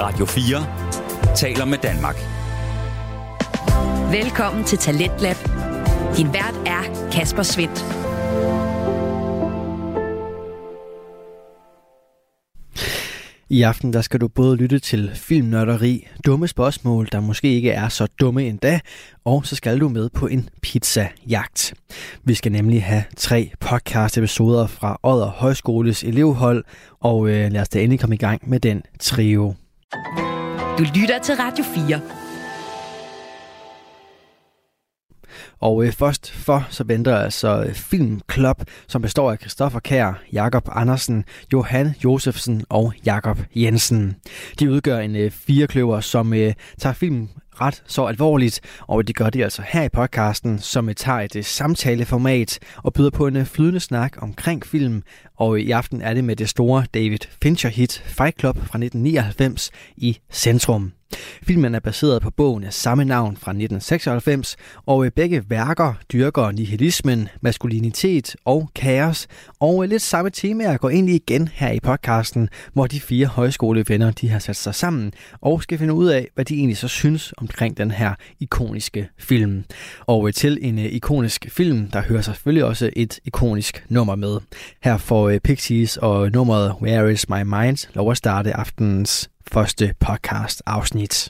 Radio 4 taler med Danmark. Velkommen til Talentlab. Din vært er Kasper Svendt. I aften der skal du både lytte til filmnørderi, dumme spørgsmål, der måske ikke er så dumme endda, og så skal du med på en pizzajagt. Vi skal nemlig have 3 podcast-episoder fra Odder Højskoles elevhold, og lad os da endelig komme i gang med den trio. Du lytter til Radio 4. Og først for, så venter altså Filmklub, som består af Christoffer Kjær, Jakob Andersen, Johan Josefsen og Jakob Jensen. De udgør en 4-kløver, som tager film ret så alvorligt, og de gør det altså her i podcasten, som tager et samtaleformat og byder på en flydende snak omkring film. Og i aften er det med det store David Fincher-hit Fight Club fra 1999 i centrum. Filmen er baseret på bogen af samme navn fra 1996, og begge værker dyrker nihilismen, maskulinitet og kaos, og lidt samme temaer går egentlig igen her i podcasten, hvor de 4 højskolevenner de har sat sig sammen og skal finde ud af, hvad de egentlig så synes omkring den her ikoniske film. Og til en ikonisk film, der hører selvfølgelig også et ikonisk nummer med. Her får Pixies og nummeret Where Is My Mind lov at starte aftenens første podcast afsnit.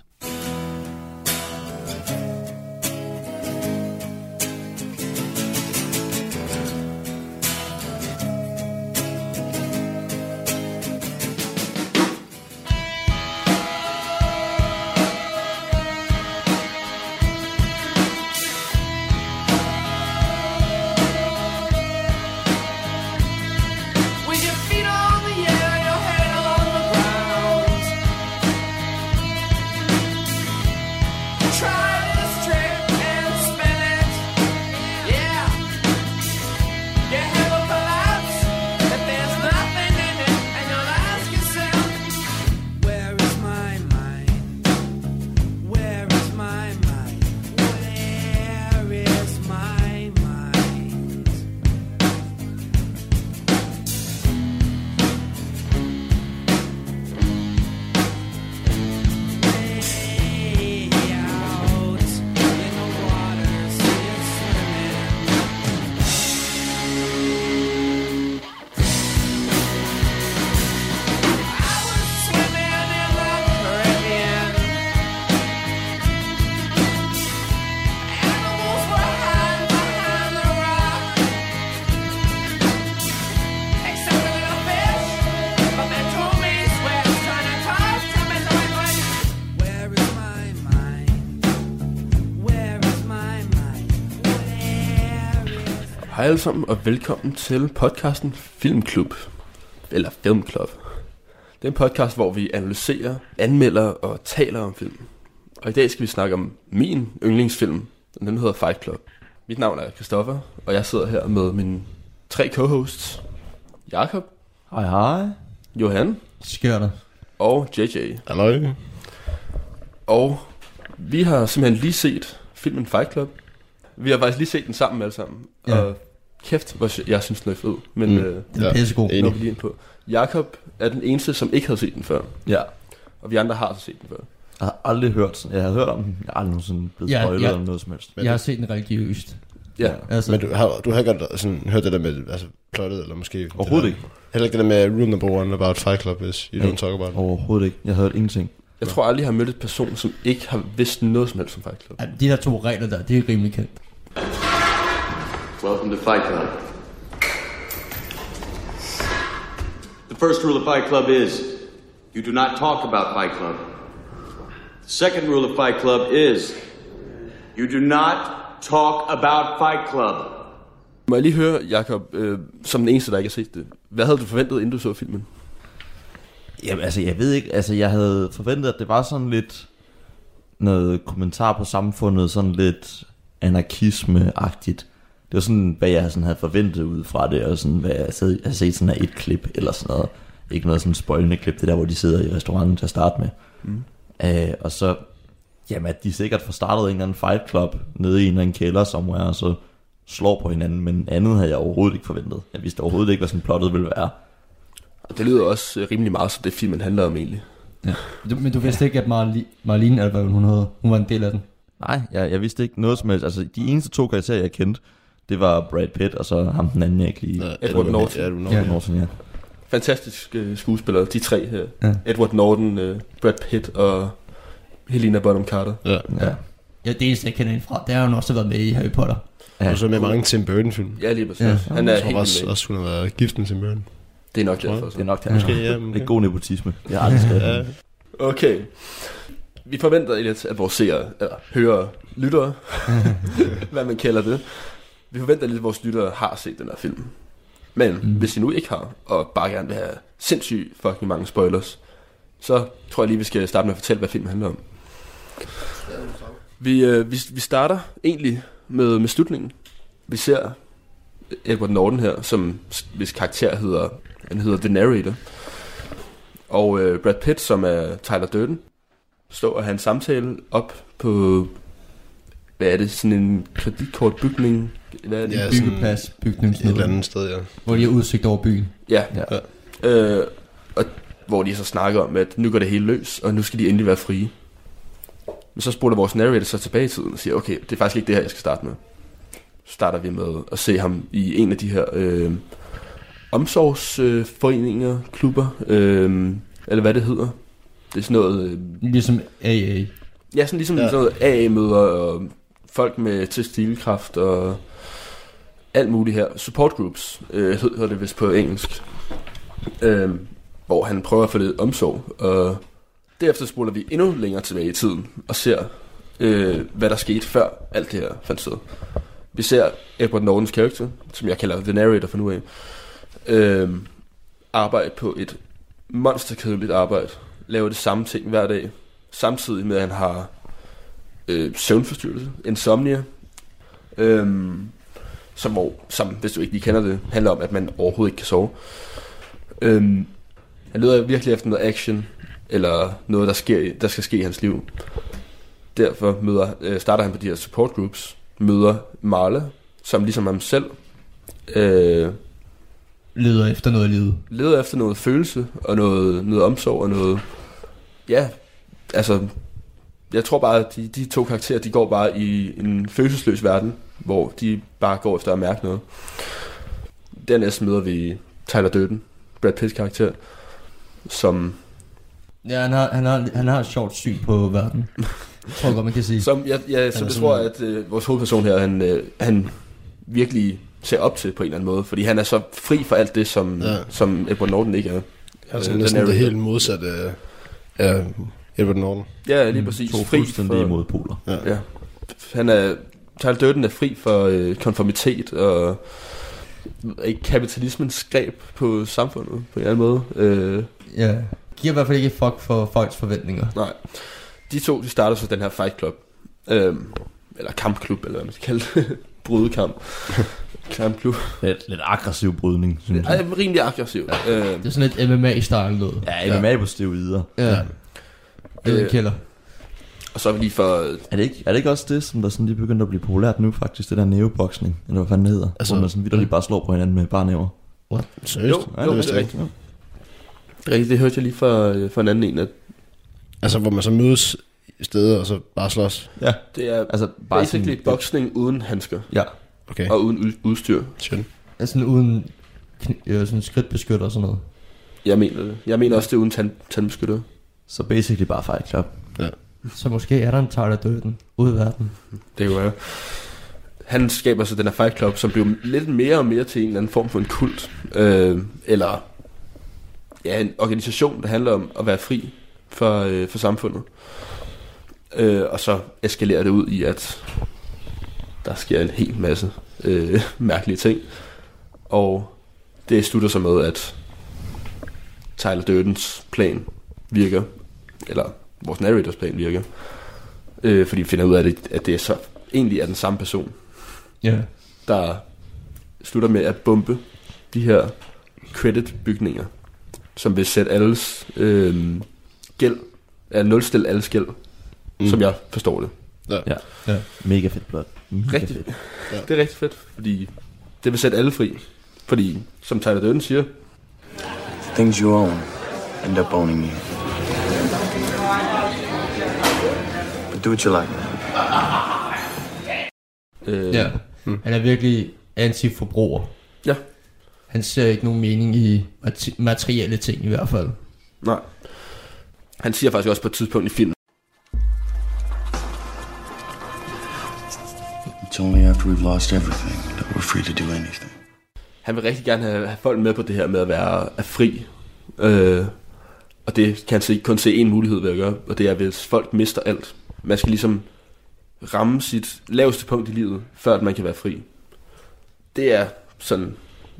Hej alle sammen og velkommen til podcasten Filmklub, eller Filmklub. Det er en podcast, hvor vi analyserer, anmelder og taler om film. Og i dag skal vi snakke om min yndlingsfilm, den hedder Fight Club. Mit navn er Christoffer, og jeg sidder her med mine 3 co-hosts. Jakob. Hej hej. Johan. Skør det. Og JJ. Hallo. Og vi har simpelthen lige set filmen Fight Club. Vi har faktisk lige set den sammen alle sammen. Ja. Og kæft, hvor jeg synes den er fed. Men den er pissegod. Når vi lige ind på. Jakob er den eneste, som ikke havde set den før. Ja. Og vi andre har så set den før. Jeg har aldrig hørt sådan. Jeg har hørt om den. Jeg har aldrig nogensinde blevet spoilet eller noget som helst. Jeg har set den religiøst. Ja. Altså. Men du har ikke sådan, hørt det der med altså, plottet, eller måske... Overhovedet ikke. Heller ikke det der med rule number 1 about Fight Club, hvis you don't talk about it. Overhovedet ikke. Jeg har hørt ingenting. Jeg tror aldrig, jeg har mødt et person, som ikke har vidst noget som helst om Fight Club. Ja, de der 2 regler der, det er rimelig kendt. Welcome to Fight Club. The first rule of Fight Club is, you do not talk about Fight Club. The second rule of Fight Club is, you do not talk about Fight Club. Må jeg lige høre, Jakob, som den eneste, der ikke har set det. Hvad havde du forventet, inden du så filmen? Jamen altså, jeg ved ikke. Altså, jeg havde forventet, at det var sådan lidt noget kommentar på samfundet, sådan lidt anarkisme-agtigt. Det var sådan, hvad jeg sådan havde forventet ud fra det, og sådan, hvad jeg havde set sådan af et klip, eller sådan noget. Ikke noget sådan spoilende klip, det der, hvor de sidder i restauranten til at starte med. Og så, jamen, at de sikkert får startet en eller anden fight club nede i en eller anden kælder somewhere, og så slår på hinanden, men andet havde jeg overhovedet ikke forventet. Jeg vidste overhovedet ikke, hvad sådan plottet ville være. Og det lyder også rimelig meget som det filmen handler om egentlig. Ja. Men du vidste ikke, at Marlene, eller hvad hun hed, hun var en del af den? Nej, jeg vidste ikke noget som helst. Altså, de eneste 2 karakterer, jeg kendte, det var Brad Pitt, og så ham den anden, jeg ikke lige... Edward Norton. Edward Norton, ja. Fantastiske skuespillere, de 3 her. Ja. Edward Norton, Brad Pitt og Helena Bonham Carter. Ja. Ja, det eneste, jeg kender hende fra, det har hun også været med i Harry Potter. Ja. Og så med mange Tim Burton-film. Ja, lige præcis. Ja. Han er jeg tror helt også, hun har været gift med Tim Burton. Det er nok derfor. Det er nok derfor. Måske, ja. Det er god nepotisme. Jeg har aldrig skrevet. Okay. Vi forventer lidt, at vores seere, eller hører, lyttere, hvad man kalder det. Vi forventer lidt, at vores lyttere har set den her film. Men hvis I nu ikke har, og bare gerne vil have sindssygt fucking mange spoilers, så tror jeg lige, vi skal starte med at fortælle, hvad filmen handler om. Vi starter egentlig med slutningen. Vi ser Edward Norton her, som hvis karakter hedder The Narrator. Og Brad Pitt, som er Tyler Durden, står og har en samtale op på, hvad er det, sådan en kreditkortbygning? Hvad er det? Ja, byggeplads, bygningsnede. Et eller andet sted, ja. Hvor de har udsigt over byen. Ja. Og hvor de så snakker om, at nu går det hele løs, og nu skal de endelig være frie. Men så spoler vores narrator så tilbage i tiden og siger, okay, det er faktisk ikke det her, jeg skal starte med. Så starter vi med at se ham i en af de her omsorgsforeninger, klubber, eller hvad det hedder. Det er sådan noget... ligesom AA. Ja, sådan ligesom sådan noget AA-møder, og folk med tekstilkræft, og alt muligt her. Support groups, hedder det vist på engelsk. Hvor han prøver at få lidt omsorg, og derefter spoler vi endnu længere tilbage i tiden, og ser, hvad der skete før alt det her fandt sted. Vi ser Edward Nortons karakter, som jeg kalder The Narrator for nu af, arbejde på et monsterkedeligt arbejde, lave det samme ting hver dag, samtidig med at han har søvnforstyrrelse, insomnia, som hvis du ikke lige kender det, handler om, at man overhovedet ikke kan sove. Han leder virkelig efter noget action, eller noget, der skal ske i hans liv. Derfor starter han på de her support groups, møder Marla, som ligesom ham selv leder efter noget livet. Leder efter noget følelse, og noget omsorg, og noget... Ja, altså... Jeg tror bare, at de 2 karakterer, de går bare i en følelsesløs verden, hvor de bare går efter at mærke noget. Dernæst møder vi Tyler Durden, Brad Pitts karakter, som... Ja, han har et sjovt syn på verden. Tror jeg godt, man kan sige. Som jeg tror, at vores hovedperson her, han virkelig ser op til på en eller anden måde, fordi han er så fri for alt det, som Edward Norton ikke er. Altså næsten det helt modsatte af Edward Norton. Ja, lige præcis. 2 fuldstændige modpoler. Ja. Tyler Durden er fri for konformitet og kapitalismens greb på samfundet på en eller anden måde. Ja, giver i hvert fald ikke fuck for folks forventninger. Nej. De 2, de starter så den her fight club. Eller kampklub, eller hvad man skal kalde det. Brydekamp. Kampklub. Lidt aggressiv brydning, synes jeg. Ja, rimelig aggressiv. Det er sådan lidt MMA-style noget. Ja, MMA på steroider. Ja. Kælder. Og så er vi lige for... Er det ikke også det, som der sådan lige begynder at blive populært nu, faktisk, det der næveboksning, eller hvad fanden det hedder? Altså, hvor man sådan vitterligt bare slår på hinanden med bare næver. What? Seriøst? Jo, det er rigtigt. Det hørte jeg lige for en anden en, at... Altså, hvor man så mødes i stedet, og så bare slås? Ja. Det er altså basically boksning uden handsker. Ja. Okay. Og uden udstyr. Schön. Altså uden sådan skridtbeskytter og sådan noget. Jeg mener det. Jeg mener også, det er uden tandbeskytter. Så basically bare Fight Club. Ja. Så måske er der en Tyler Durden ude i verden. Det er jo han skaber så den her Fight Club, som bliver lidt mere og mere til en eller anden form for en kult. Eller en organisation, der handler om at være fri for samfundet. Og så eskalerer det ud i, at der sker en hel masse mærkelige ting. Og det slutter så med, at Tyler Durdens plan virker, eller vores narrators plan virker, fordi vi finder ud af, at det er så egentlig er den samme person, der slutter med at bombe de her credit-bygninger, som vil sætte alles gæld, nulstille alles gæld, som jeg forstår det. Ja. Mega fedt blot. Rigtig fedt. Ja. Det er rigtig fedt, fordi det vil sætte alle fri. Fordi, som Tyler Durden siger, things you own end up owning you. But do what you like. Ja. Han er virkelig antiforbruger. Ja. Han ser ikke nogen mening i materielle ting i hvert fald. Nej. Han siger faktisk også på et tidspunkt i filmen. It's only after we've lost everything that we're free to do anything. Han vil rigtig gerne have folk med på det her med at være fri. Og det kan han kun se en mulighed ved at gøre. Og det er, hvis folk mister alt. Man skal ligesom ramme sit laveste punkt i livet, før at man kan være fri. Det er sådan...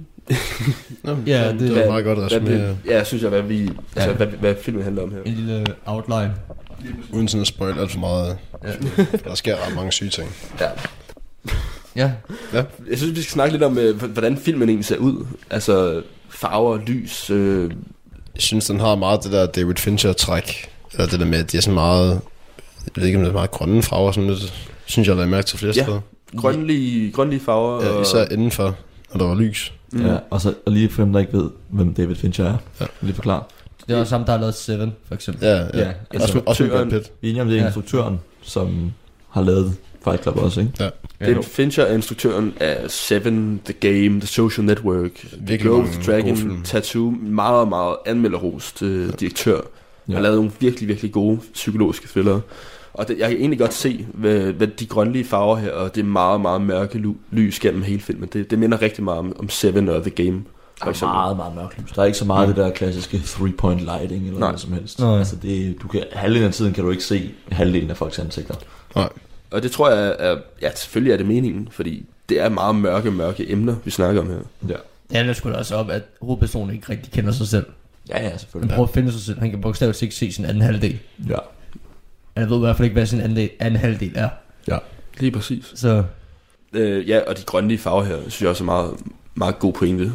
Ja, det er meget godt resumeret. Ja, synes jeg, hvad filmen handler om her. En lille outline. Uden sådan at spoil alt for meget. Ja. Der sker ret mange syge ting. Ja. Ja. Jeg synes, vi skal snakke lidt om, hvordan filmen egentlig ser ud. Altså farver, lys. Jeg synes, den har meget det der David Fincher-træk. Eller det der med, at de er sådan meget... Jeg ved ikke, om det er meget grønne farver. Sådan lidt, synes jeg, der er mærke til flere steder. Grønlige farver. Ja, især indenfor, når der var lys. Ja, og lige for dem, der ikke ved, hvem David Fincher er. Ja. Lige forklare. Det er også ham, der har lavet Seven, for eksempel. Ja. Også med Brad Pitt. Vi er enige om, det er instruktøren, som har lavet Fight Club også, ikke? Ja. David Fincher er instruktøren af Seven, The Game, The Social Network, Growth, Dragon, Tattoo. Meget, meget anmelderrost direktør. Han har lavet nogle virkelig, virkelig gode psykologiske thrillere. Og jeg kan egentlig godt se hvad de grønlige farver her, og det er meget, meget mørke lys gennem hele filmen. Det minder rigtig meget om Seven og The Game. Der er meget, meget mørkt lys. Der er ikke så meget det der klassiske 3-point lighting eller noget som helst. Nej. Altså halvdelen af tiden kan du ikke se halvdelen af folks ansigter. Nej. Og det tror jeg ja, selvfølgelig er det meningen, fordi det er meget mørke emner, vi snakker om her. Ja. Det handler sgu da også om, at hovedpersonen ikke rigtig kender sig selv. Ja, selvfølgelig. Han prøver at finde sig selv. Han kan bogstaveligt ikke se sin anden halvdel. Ja. Han ved i hvert fald ikke, hvad sin anden halvdel er. Ja. Lige præcis. Så ja, og de grønlige farver her, synes jeg også er meget, meget god pointe.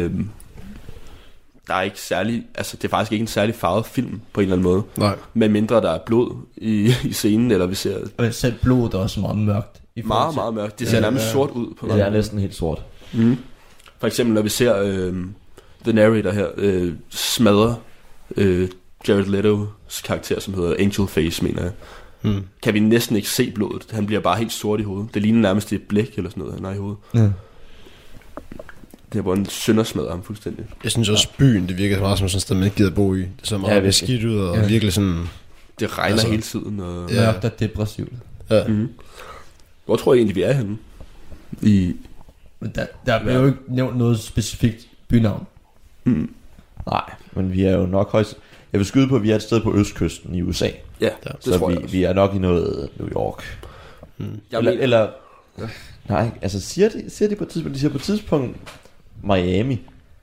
Der er ikke særlig, altså det er faktisk ikke en særlig farvet film på en eller anden måde. Nej. Men mindre der er blod i scenen, eller vi ser... Og selv blodet er også meget mørkt. Meget, meget mørkt. Det ser nærmest sort ud på det er næsten helt sort. Mm. For eksempel når vi ser The Narrator her smadre Jared Leto's karakter, som hedder Angel Face, mener jeg. Kan vi næsten ikke se blodet. Han bliver bare helt sort i hovedet. Det ligner nærmest et blæk eller sådan noget, han har i hovedet. Ja. Det er hvor en søndersmadrer ham fuldstændig. Jeg synes også, byen, det virker meget som sådan et sted, man ikke gider bo i. Det er så meget skidt ud, og virkelig sådan... Det regner hele tiden. Og... Ja, det er depressivt. Ja. Hvor tror jeg egentlig, vi er henne? Men der bliver jo ikke nævnt noget specifikt bynavn. Nej, men vi er jo nok højst... Jeg vil skyde på, at vi er et sted på østkysten i USA. Ja, det så tror jeg vi er nok i noget New York. Eller nej, altså siger de på et tidspunkt, de siger på et tidspunkt Miami.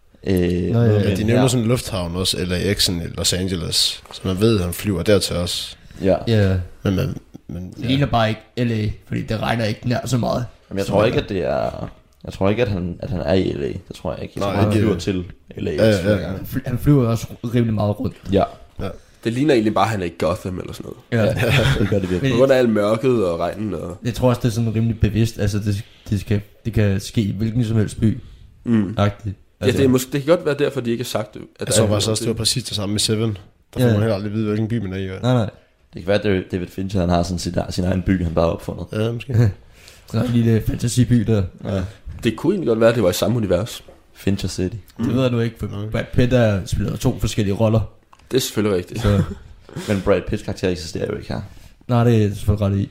Ja, de nævner sådan en lufthavn også, LAX'en i Los Angeles, så man ved, at han flyver dertil også. Ja. Men det ligner bare ikke LA, fordi det regner ikke nær så meget. Men jeg tror ikke, at det er... Jeg tror ikke, at han er i LA. Det tror jeg ikke. Jeg tror, han flyver til LA. Ja. Han flyver også rimelig meget rundt. Ja. Det ligner egentlig bare, at han er i Gotham eller sådan noget. Ja. Det gør det virkelig. På grund af alt mørket og regnen. Og... Jeg tror også, det er sådan rimelig bevidst. Altså, det kan ske i hvilken som helst by. Agtigt. Altså, det kan godt være derfor, de ikke har sagt det. Jeg tror faktisk også, det var præcis det samme med Seven. Der får man heller aldrig vide, hvilken by man er i. Nej. Det kan være, at David Fincher han har sådan sin egen by, han bare har opfundet. Ja, måske. Sådan en lille fantasiby der. Ja. Det kunne egentlig godt være, at det var i samme univers. Fincher City. Det ved jeg nu ikke, for Brad Pitt spiller 2 forskellige roller. Det er selvfølgelig rigtigt. Så. Men Brad Pitts karakter eksisterer jo ikke her. Nej, det er selvfølgelig ret i.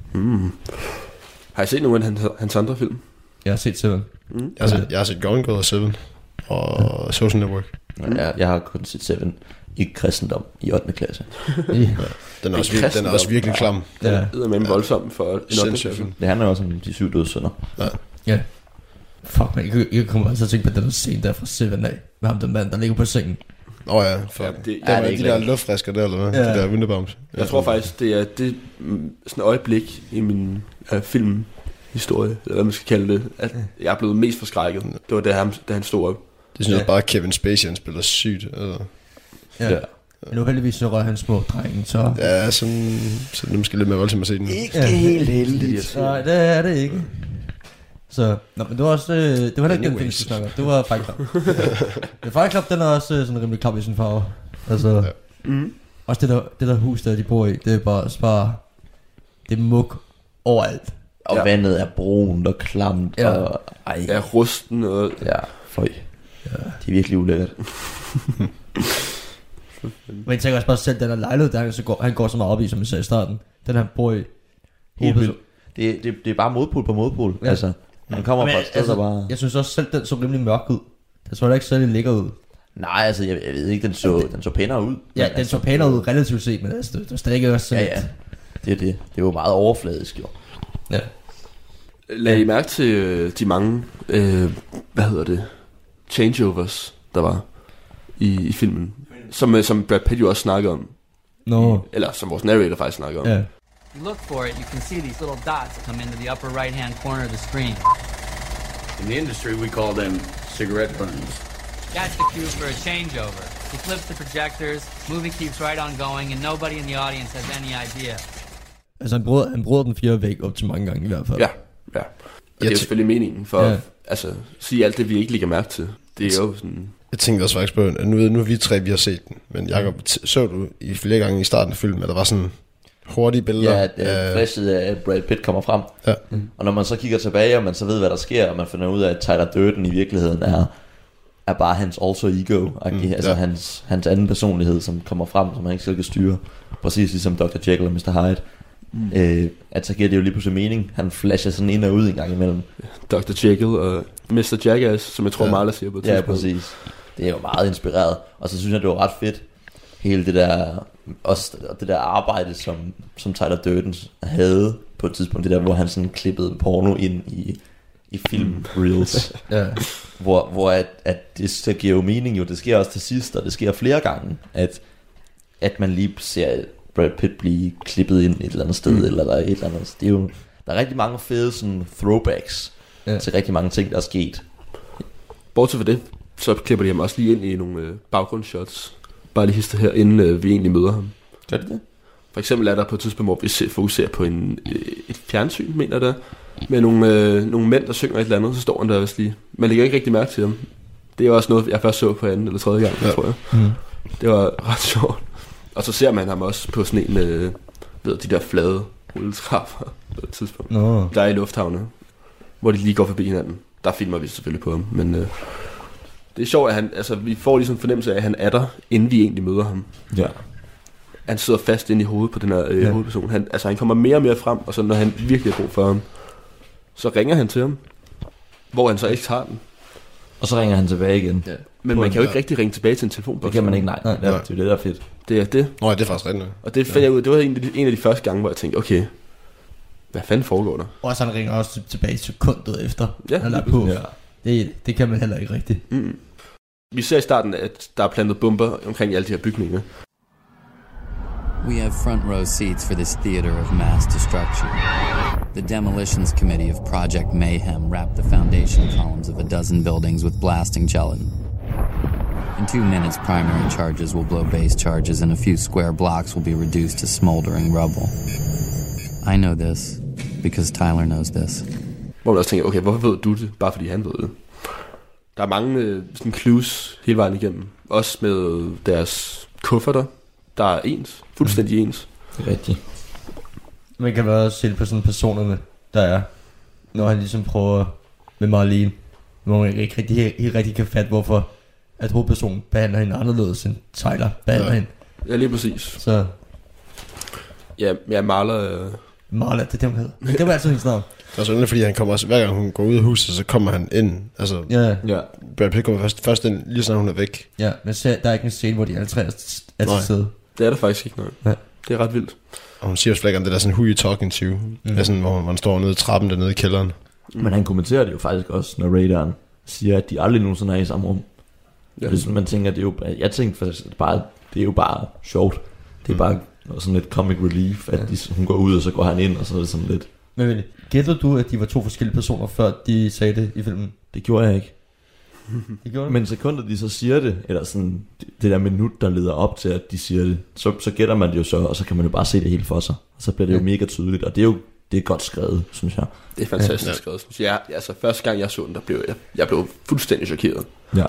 Har I set nogle af hans andre film? Jeg har set Seven. Jeg har set Gone Girl og Seven og Social Network. Jeg har kun set Seven i kristendom i 8. klasse. Den er også virkelig klam. Det er med en voldsom for en 8. klasse. Det handler også om de 7 døde sønner. Ja. Fuck man, jeg kommer altså at tænke på den scene der fra Seven af. Med ham den mand, der ligger på sengen. Ja, fuck. Det er de der luftfrisker der, eller hvad? De der Wunderbaums. Jeg tror faktisk, det er sådan et øjeblik i min filmhistorie, eller hvad man skal kalde det, at jeg er blevet mest forskrækket. Det var da han stod op. Det synes jeg bare, Kevin Spacey, han spiller sygt. Altså. Ja. Men nu heldigvis så rører han små drenge, så... Ja, så det er måske lidt mere voldsomt at se den. Ikke helt heldigt. Nej, det er det ikke. Så, men det var også... det var ikke den film, vi snakker. Det var Fight Club. Fight Club, den er også sådan rimelig klam i sin farve. Altså... Også det der hus, der de bor i, det er bare det er muk overalt. Og vandet er brunt og klamt. Ja. Og Ja, rusten og... Ja, føj. Ja. Det er virkelig ulækkert. Men jeg tænker også bare selv, den der lejlighed, han går så meget op i, som jeg sagde i starten. Den han bor i. Helt vildt. Det er bare modpol på modpol. Ja. Altså, man kommer fra et sted, der bare... Jeg synes også selv, den så rimelig mørk ud. Den så ikke særlig lækker ud. Nej, altså, jeg ved ikke, den så pænere ud. Ja, den så pænere ud relativt set, men altså, det var stadig også sådan ja. Det er det. Det var meget overfladisk, jo. Ja. Lad I mærke til de mange, changeovers, der var i filmen, som Brad Pitt jo også snakkede om. Eller som vores narrator faktisk snakker om. Ja. You look for it, you can see these little dots come into the upper right-hand corner of the screen. In the industry, we call them cigarette burns. That's the cue for a changeover. He flips the projectors, movie keeps right on going, and nobody in the audience has any idea. Altså han bryder den 4 væg op til mange gange i hvert fald. Ja. Og det er jo selvfølgelig meningen for at sige alt det, vi ikke lægger mærke til. Det er jo sådan... Jeg tænkte også faktisk på, at nu er vi tre, vi har set den. Men Jacob, så du i flere gange i starten af filmen, at der var sådan hurtige billeder? Ja, flashet af Brad Pitt kommer frem. Ja. Og når man så kigger tilbage, og man så ved, hvad der sker, og man finder ud af, at Tyler Durden i virkeligheden er bare hans alter ego, altså hans anden personlighed, som kommer frem, som han ikke selv kan styre. Præcis ligesom Dr. Jekyll og Mr. Hyde. At så giver det jo lige pludselig mening. Han flasher sådan ind og ud en gang imellem. Dr. Jekyll og Mr. Jackass, som jeg tror Marla siger på et tidspunkt. Ja, præcis. Det er jo meget inspireret. Og så synes jeg, det var ret fedt. Hele det der, også det der arbejde, som Tyler Durden havde på et tidspunkt. Det der, hvor han sådan klippede porno ind i film reels. Ja. Hvor at det så giver jo mening jo. Det sker også til sidst, og det sker flere gange, at man lige ser Brad Pitt blive klippet ind et eller andet sted, eller der er et eller andet. Det er jo, der er rigtig mange fede sådan throwbacks til rigtig mange ting, der er sket. Bortset fra det, så klipper de ham også lige ind i nogle baggrundsshots. Bare lige hister her, inden vi egentlig møder ham. Gør det det? For eksempel er der på et tidspunkt, hvor vi fokuserer på et fjernsyn, mener der, med nogle mænd, der synger et eller andet, så står han der også lige. Man lægger ikke rigtig mærke til ham. Det er også noget, jeg først så på anden eller tredje gang, tror jeg. Det var ret sjovt. Og så ser man ham også på sådan en, de der flade rulletrapper på et tidspunkt. Der er i lufthavne, hvor de lige går forbi hinanden. Der filmer vi selvfølgelig på ham, men det er sjovt, at vi får ligesom en fornemmelse af, at han er der, inden vi egentlig møder ham. Ja. Han sidder fast inde i hovedet på den her hovedperson. Han kommer mere og mere frem, og så når han virkelig er brug for ham, så ringer han til ham, hvor han så ikke tager den. Og så ringer han tilbage igen. Ja. Men man kan jo ikke rigtig ringe tilbage til en telefonboks. Det kan man ikke, nej. Det er det, der er fedt. Det er det. Nå, det er faktisk rigtigt. Og det fandt jeg ud, det var en af de første gange, hvor jeg tænkte, okay, hvad fanden foregår der? Og så han ringer også tilbage sekundet efter. Ja, han er på. Ja. Det kan man heller ikke rigtigt. Vi ser i starten, at der er plantet bomber omkring alle de her bygninger. We have front row seats for this theater of mass destruction. The demolitions committee of Project Mayhem wrapped the foundation columns of a dozen buildings with blasting gelatin. In 2 minutes, primary charges will blow base charges, and a few square blocks will be reduced to smoldering rubble. I know this, because Tyler knows this. Hvor man også tænker, okay, hvorfor ved du det? Bare fordi han ved det. Der er mange sådan clues hele vejen igennem. Også med deres kufferter, der er ens. Fuldstændig ens. Det er rigtigt. Man kan også se på sådan personerne, der er, når han ligesom prøver med Marlene, hvor man ikke helt rigtig kan fatte, hvorfor at hovedpersonen behandler hende anderledes end Tyler behandler hende. Ja, lige præcis. Så ja, Marla, det er det, hun hedder. Men det var altid hendes navn. Det er sådan, fordi han kommer også, hver gang hun går ud af huset, så kommer han ind. Altså, Brad Pitt kommer først ind, lige sådan hun er væk. Ja, men der er ikke en scene, hvor de alle tre er til stede. Det er der faktisk ikke noget. Ja. Det er ret vildt. Og hun siger også flere gange, det der sådan, who you talking to? Sådan, hvor man står nede i trappen dernede i kælderen. Men han kommenterer det jo faktisk også, når radaren siger, at de aldrig nogensinde er i samme rum. Ja. Hvis man tænker, det er jo, jeg tænkte faktisk bare, det er jo bare sjovt. Det er bare sådan lidt comic relief, at hun går ud, og så går han ind, og så er det sådan lidt. Men gætter du, at de var 2 forskellige personer, før de sagde det i filmen? Det gjorde jeg ikke. Det gjorde Men sekundet de så siger det, eller sådan det der minut, der leder op til, at de siger det, så gætter man det jo så, og så kan man jo bare se det helt for sig. Og så bliver det jo mega tydeligt, og det er godt skrevet, synes jeg. Det er fantastisk skrevet, synes jeg. Altså første gang jeg så den, der blev jeg blev fuldstændig chokeret. Ja.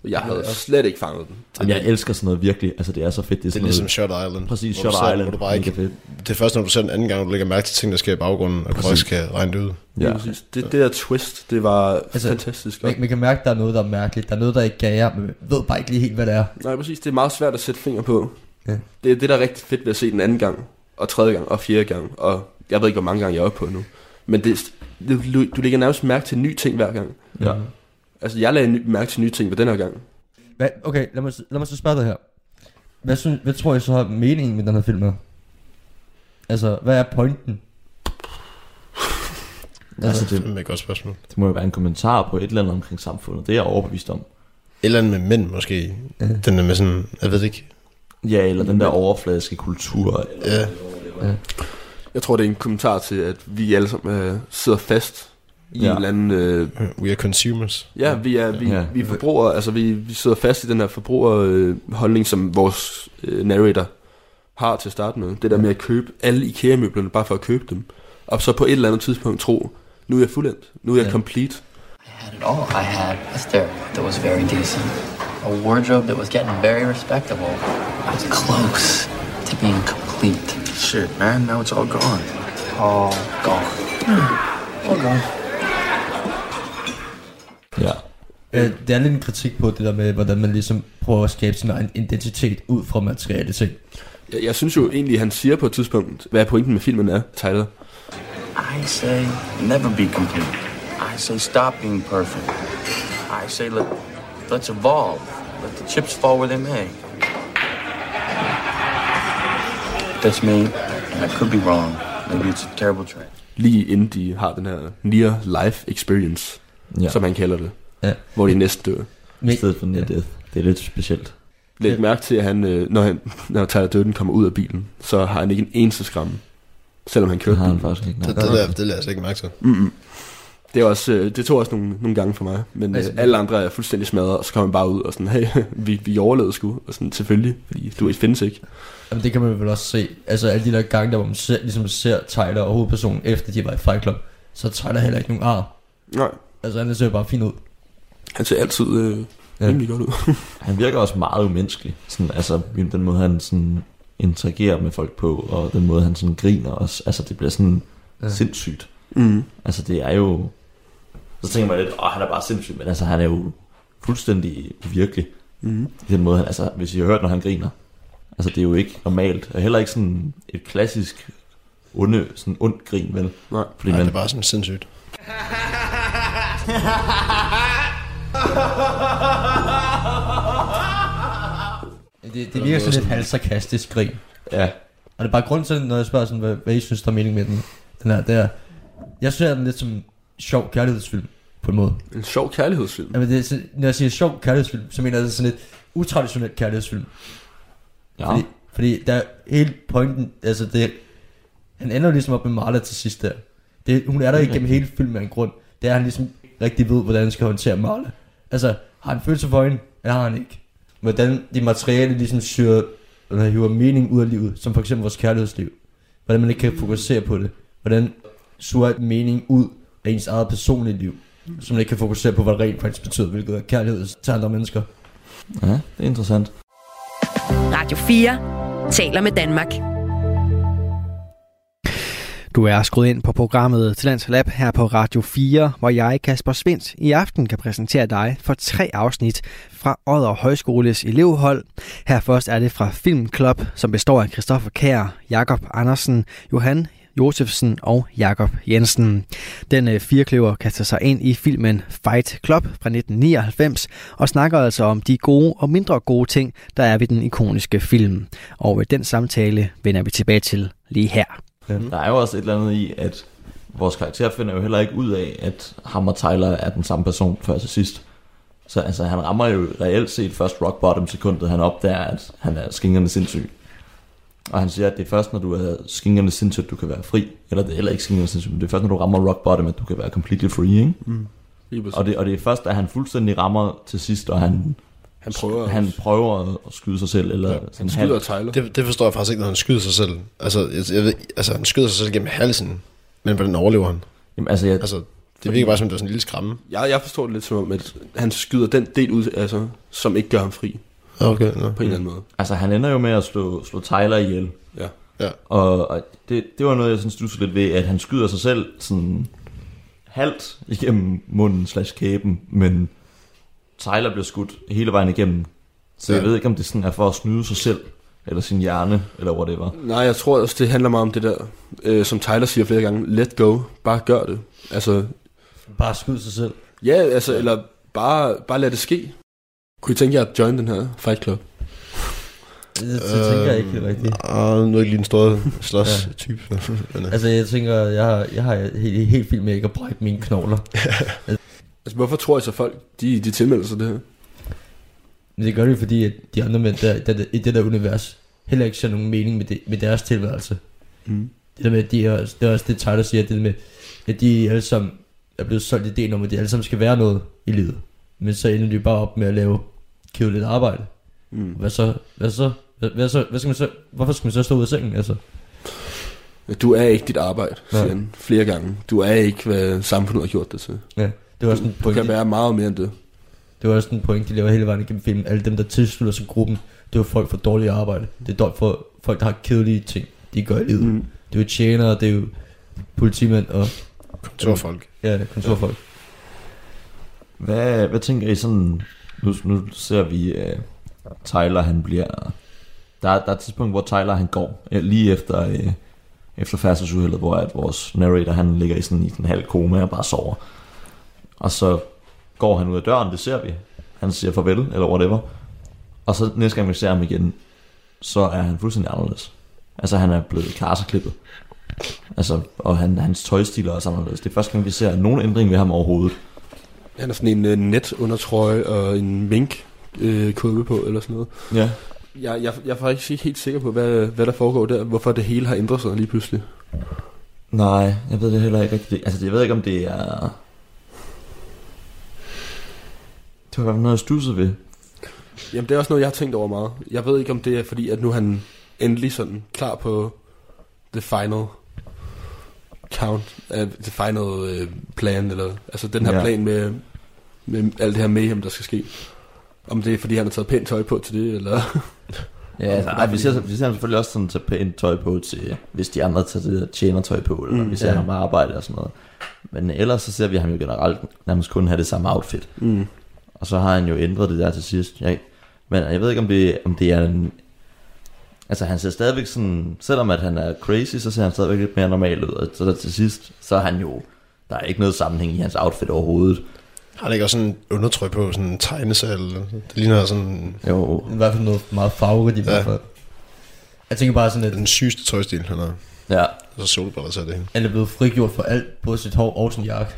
Jeg havde slet ikke fanget den. Jamen, jeg elsker sådan noget virkelig. Altså, det er så fedt. Det er ligesom Shutter Island. Præcis, Shutter Island. Du bare ikke, det er først, når du ser den anden gang, du lægger mærke til ting, der sker i baggrunden, og du faktisk kan regne det ud. Ja, præcis. Det der twist, det var fantastisk. Man kan mærke, at der er noget, der er mærkeligt. Der er noget, der ikke gager, men ved bare ikke lige helt, hvad det er. Nej, præcis. Det er meget svært at sætte finger på. Ja. Det er det, der er rigtig fedt ved at se den anden gang, og tredje gang, og fjerde gang. Og jeg ved ikke, hvor mange gange jeg er oppe på nu. Men du lægger nærmest mærke til nye ting hver gang. Ja. Altså, jeg lagde mærke til nye ting ved den her gang. Okay, lad mig så spørge dig her. Hvad tror jeg så har meningen med den her film? Altså, hvad er pointen? Altså, det er et godt spørgsmål. Det må jo være en kommentar på et eller andet omkring samfundet. Det er jeg overbevist om. Et eller andet med mænd måske. Den der med sådan, jeg ved ikke. Ja, eller den der overfladiske kultur. Ja. Jeg tror, det er en kommentar til, at vi alle sammen sidder fast i en eller anden... We are consumers. Ja, vi er forbrugere. Altså, vi sidder fast i den her forbrugerholdning, som vores narrator har til at starte med. Det der med at købe alle IKEA-møblerne, bare for at købe dem. Og så på et eller andet tidspunkt tro, nu er jeg fuldendt. Nu er jeg complete. I had it all. I had a therapy that was very decent. A wardrobe that was getting very respectable. I was close to being complete. Shit, man, now it's all gone. All gone. All gone. Ja. Det er lidt en kritik på det der med, hvordan man ligesom prøver at skabe sin egen identitet ud fra materielle ting. Jeg synes jo egentlig, han siger på et tidspunkt, hvad pointen med filmen er, Tyler. I say never be complete. I say stop being perfect. I say let's evolve. Let the chips fall where they may. That's me, and I could be wrong. Maybe it's a terrible trend. Lige inden de har den her near life experience, som han kalder det, hvor de næsten dør. I stedet for near death. Det er lidt specielt. Læg mærke til, at han, når Tyler Durden kommer ud af bilen, så har han ikke en eneste skræmme, selvom han kørte bilen. Faktisk ikke. Det lader jeg slet ikke mærke til. Det, er også, det tog også nogle gange for mig, men alle andre er fuldstændig smadret, og så kommer man bare ud og sådan, hey, vi overlevede sgu, og sådan, selvfølgelig, fordi du findes ikke. Jamen det kan man vel også se, altså alle de der gange, der hvor man ser Tyler og hovedpersonen, efter de var i Fight Club, så Tyler heller ikke nogen ar. Nej. Altså han ser bare fint ud. Han ser altid rimelig godt ud. Han virker også meget umenneskelig, sådan, altså den måde han sådan interagerer med folk på, og den måde han sådan griner også, altså det bliver sådan sindssygt. Altså det er jo, så tænker man lidt, han er bare sindssyg, men altså han er jo fuldstændig virkelig. Den måde han, altså hvis I har hørt når han griner, altså det er jo ikke normalt, og heller ikke sådan et klassisk ondt grin, vel? Nej, det er bare sådan sindssygt. Det virker sådan lidt halvsarkastisk grin. Ja. Og det er bare grund til, når jeg spørger sådan, hvad I synes der er mening med den her, det er, jeg ser den lidt som en sjov kærlighedsfilm, på en måde. En sjov kærlighedsfilm? Jamen det er sådan, når jeg siger sjov kærlighedsfilm, så mener jeg det sådan lidt utraditionel kærlighedsfilm. Ja. Fordi der er hele pointen, altså det, han ender jo ligesom op med Marla til sidst der. Hun er der igennem hele filmen af en grund. Det er, han ligesom rigtig ved, hvordan han skal håndtere Marla. Altså, har han følelse for hende? Eller har han ikke? Hvordan de materiale ligesom hiver mening ud af livet, som for eksempel vores kærlighedsliv. Hvordan man ikke kan fokusere på det. Hvordan suger et mening ud af ens eget personlige liv, så man ikke kan fokusere på, hvad det rent faktisk betyder, hvilket er kærlighed til andre mennesker. Ja, det er interessant. Radio 4 taler med Danmark. Du er skruet ind på programmet Talents Lab her på Radio 4, hvor jeg, Kasper Svindt, i aften kan præsentere dig for 3 afsnit fra Odder Højskoles elevhold. Her først er det fra Film Club, som består af Christoffer Kjær, Jakob Andersen, Johan Josefsen og Jakob Jensen. Den firekløver kaster sig ind i filmen Fight Club fra 1999 og snakker altså om de gode og mindre gode ting, der er ved den ikoniske film. Og den samtale vender vi tilbage til lige her. Der er jo også et eller andet i, at vores karakter finder jo heller ikke ud af, at ham og Tyler er den samme person før til sidst. Så altså, han rammer jo reelt set først rock bottom sekundet, han opdager, at han er skingerne sindssyg. Og han siger, at det er først, når du er skingerne sindssyg, at du kan være fri. Eller det er heller ikke skingerne sindssyg, men det er først, når du rammer rock bottom, at du kan være completely free, ikke? Og det er først, at han fuldstændig rammer til sidst, og han prøver at skyde sig selv. Eller han skyder Tyler. Det forstår jeg faktisk ikke, når han skyder sig selv. Altså, jeg ved, han skyder sig selv gennem halsen, men hvordan overlever han? Jamen, Det virker bare som, det var sådan en lille skræmme. Jeg forstår det lidt som om, at han skyder den del ud, altså, som ikke gør ham fri. Okay, no. På en eller anden måde. Altså, han ender jo med at slå Tyler ihjel. Ja. Og det var noget, jeg sådan studsede lidt ved, at han skyder sig selv sådan halvt igennem munden/kæben, men Tyler bliver skudt hele vejen igennem. Så jeg ved ikke, om det sådan er for at snyde sig selv, eller sin hjerne, eller whatever. Nej, jeg tror også, det handler meget om det der, som Tyler siger flere gange, let go, bare gør det. Altså, bare skyd sig selv. Ja, altså, eller bare lad det ske. Kunne I tænke jer at join den her Fight Club? Det tænker jeg ikke rigtigt. Nu er ikke lige en stor slås-type. Altså, jeg tænker, jeg har helt fint med ikke at brække mine knogler. Altså, hvorfor tror I så folk, de tilmelder sig det her? Men det gør det, fordi at de andre mænd i det der univers heller ikke ser nogen mening med deres tilværelse. Mm. Det der med, at det er også det Tyler siger, det der med, at de alle sammen er blevet solgt ideen om, at de alle sammen skal være noget i livet. Men så ender de bare op med at lave kedeligt arbejde. Mm. Hvad så? Hvad skal man så? Hvorfor skal man så stå ud af sengen, altså? Du er ikke dit arbejde, siger han flere gange. Du er ikke, hvad samfundet har gjort det til. Ja, det var også du kan være meget mere end det. Det var også en point, de laver hele vejen igennem filmen. Alle dem, der tilslutter sig gruppen, det var folk for dårligt arbejde. Det er folk, der har kedelige ting, de gør i livet. Det er jo tjenere, det er jo politimænd og kontorfolk. Ja, kontorfolk. Hvad tænker I sådan? Nu ser vi Tyler, han bliver. Der er et tidspunkt, hvor Tyler han går lige efter færdselsuheldet, hvor at vores narrator han ligger i sådan en halv koma og bare sover. Og så går han ud af døren, det ser vi. Han siger farvel eller whatever. Og så næste gang vi ser ham igen, så er han fuldstændig anderledes. Altså han er blevet karseklippet. Altså, og hans tøjstil er også anderledes. Det er første gang vi ser nogen ændring ved ham overhovedet. Han har sådan en netundertrøje og en mink kåbe på eller sådan noget. Ja. Jeg er faktisk ikke helt sikker på hvad der foregår der. Hvorfor det hele har ændret sig lige pludselig. Nej, jeg ved det heller ikke rigtigt. Altså jeg ved ikke om det er. Det var i hvert fald noget jeg stussede ved. Jamen det er også noget jeg har tænkt over meget. Jeg ved ikke om det er fordi at nu han endelig sådan klar på the final count, the final plan, eller altså den her plan med alt det her mayhem der skal ske. Om det er fordi han har taget pænt tøj på til det, eller ja, altså, vi ser ham selvfølgelig også sådan tage pænt tøj på til, hvis de andre tager det tjener tøj på, eller vi ser ham arbejde og sådan noget. Men ellers så ser vi ham jo generelt nærmest kun have det samme outfit. Og så har han jo ændret det der til sidst. Men jeg ved ikke om det er en. Altså han ser stadigvæk sådan, selvom at han er crazy, så ser han stadigvæk lidt mere normal ud. Og så der til sidst, så er han jo, der er ikke noget sammenhæng i hans outfit overhovedet. Har han ikke også sådan en undertøj på, sådan en tegnesal? Det ligner sådan. Jo. I hvert fald noget meget farverigt i hvert fald. Jeg tænker bare sådan, at den sygeste tøjstil han har. Ja. Og så solbriller så det hele. Han er blevet frigjort for alt, både sit hår og sin jakke.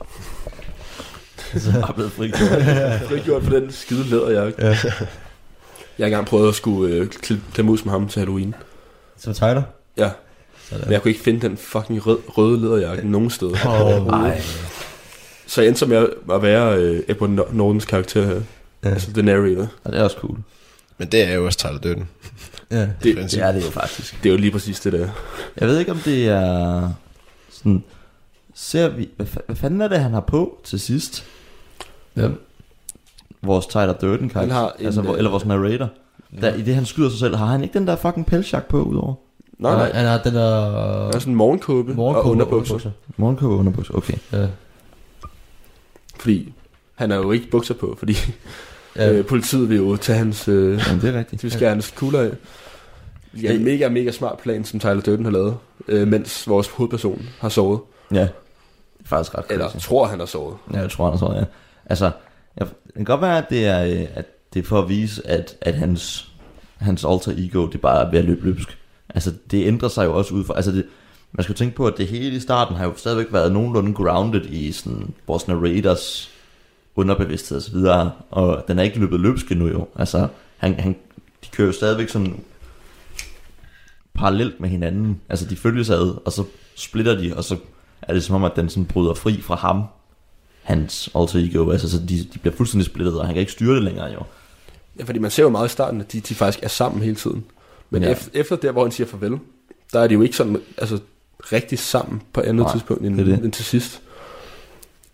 Så er blevet frigjort for den skide læderjakke. Ja. Jeg har engang prøvet at skulle klippe mus med ham til Halloween. Så Tyler? Ja. Men jeg kunne ikke finde den fucking røde læderjakke nogen steder. Nej. Så jeg endte så med at være Edward Nortons karakter her. Altså The Narrator. Og det er også cool. Men det er jo også Tyler Durden. Ja, det er det jo faktisk. Det er jo lige præcis det der. Jeg ved ikke om det er sådan. Ser vi hvad fanden er det han har på til sidst? Ja. Vores Tyler Durden karakter, eller vores narrator. Der, i det han skyder sig selv, har han ikke den der fucking pelsjak på udover? Nej. Han har den der. Han har sådan en morgenkåbe og underbukser. Morgenkåbe og underbukser, okay. Ja. Fordi han har jo ikke bukser på, fordi politiet vil jo tage hans. Jamen, det er rigtigt. De vil skære hans kugler af. Ja, en mega smart plan, som Tyler Durden har lavet, mens vores hovedperson har sovet. Ja, det er faktisk ret crazy. Eller tror han har sovet. Ja, jeg tror han har sovet, ja. Altså, det kan godt være, at det er for at vise, at hans alter ego, det bare er ved at løbe løbsk. Altså, det ændrer sig jo også ud fra. Altså, man skal jo tænke på, at det hele i starten har jo stadigvæk været nogenlunde grounded i sådan vores narrators underbevidsthed og så videre, og den er ikke løbet løbsk endnu jo. Altså, de kører jo stadigvæk sådan parallelt med hinanden. Altså, de følges ad, og så splitter de, og så er det som om, at den sådan bryder fri fra ham, hans alter ego. Altså, så de bliver fuldstændig splittet, og han kan ikke styre det længere jo. Ja, fordi man ser jo meget i starten, at de faktisk er sammen hele tiden. Men efter der, hvor han siger farvel, der er de jo ikke sådan, altså rigtig sammen på andet tidspunkt end til sidst.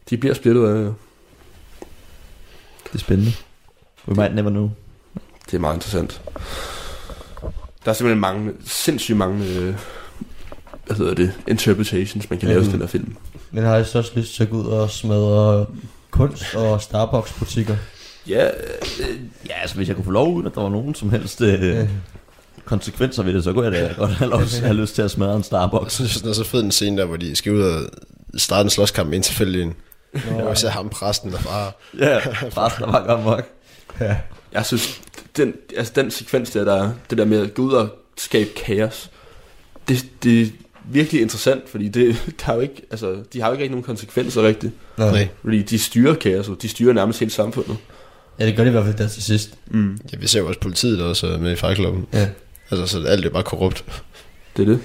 De bliver splittet af. Det er spændende. We might never know. Det er meget interessant. Der er simpelthen sindssygt mange interpretations, man kan lave til den her film. Men har I så også lyst til at gå ud og smadre kunst og Starbucks-butikker? Ja, altså hvis jeg kunne få lov, uden at der var nogen som helst konsekvenser ved det, så kunne jeg da godt have lyst til at smadre en Starbucks. Jeg synes, det er så fed en scene der, hvor de skal ud og starte en slåskamp med en tilfældig. Og så ham præsten, der bare... Ja, præsten der bare godt mok. Ja. Jeg synes, den sekvens der er, det der med at gå ud og skabe kaos, det er virkelig interessant, fordi de har jo ikke rigtig nogen konsekvenser rigtigt. Nej. Fordi de styrer kaoset, de styrer nærmest hele samfundet. Ja, det gør det i hvert fald der til sidst. Ja, vi ser jo også politiet der også med i Fight Club. Ja. Altså, så alt er bare korrupt. Det er det.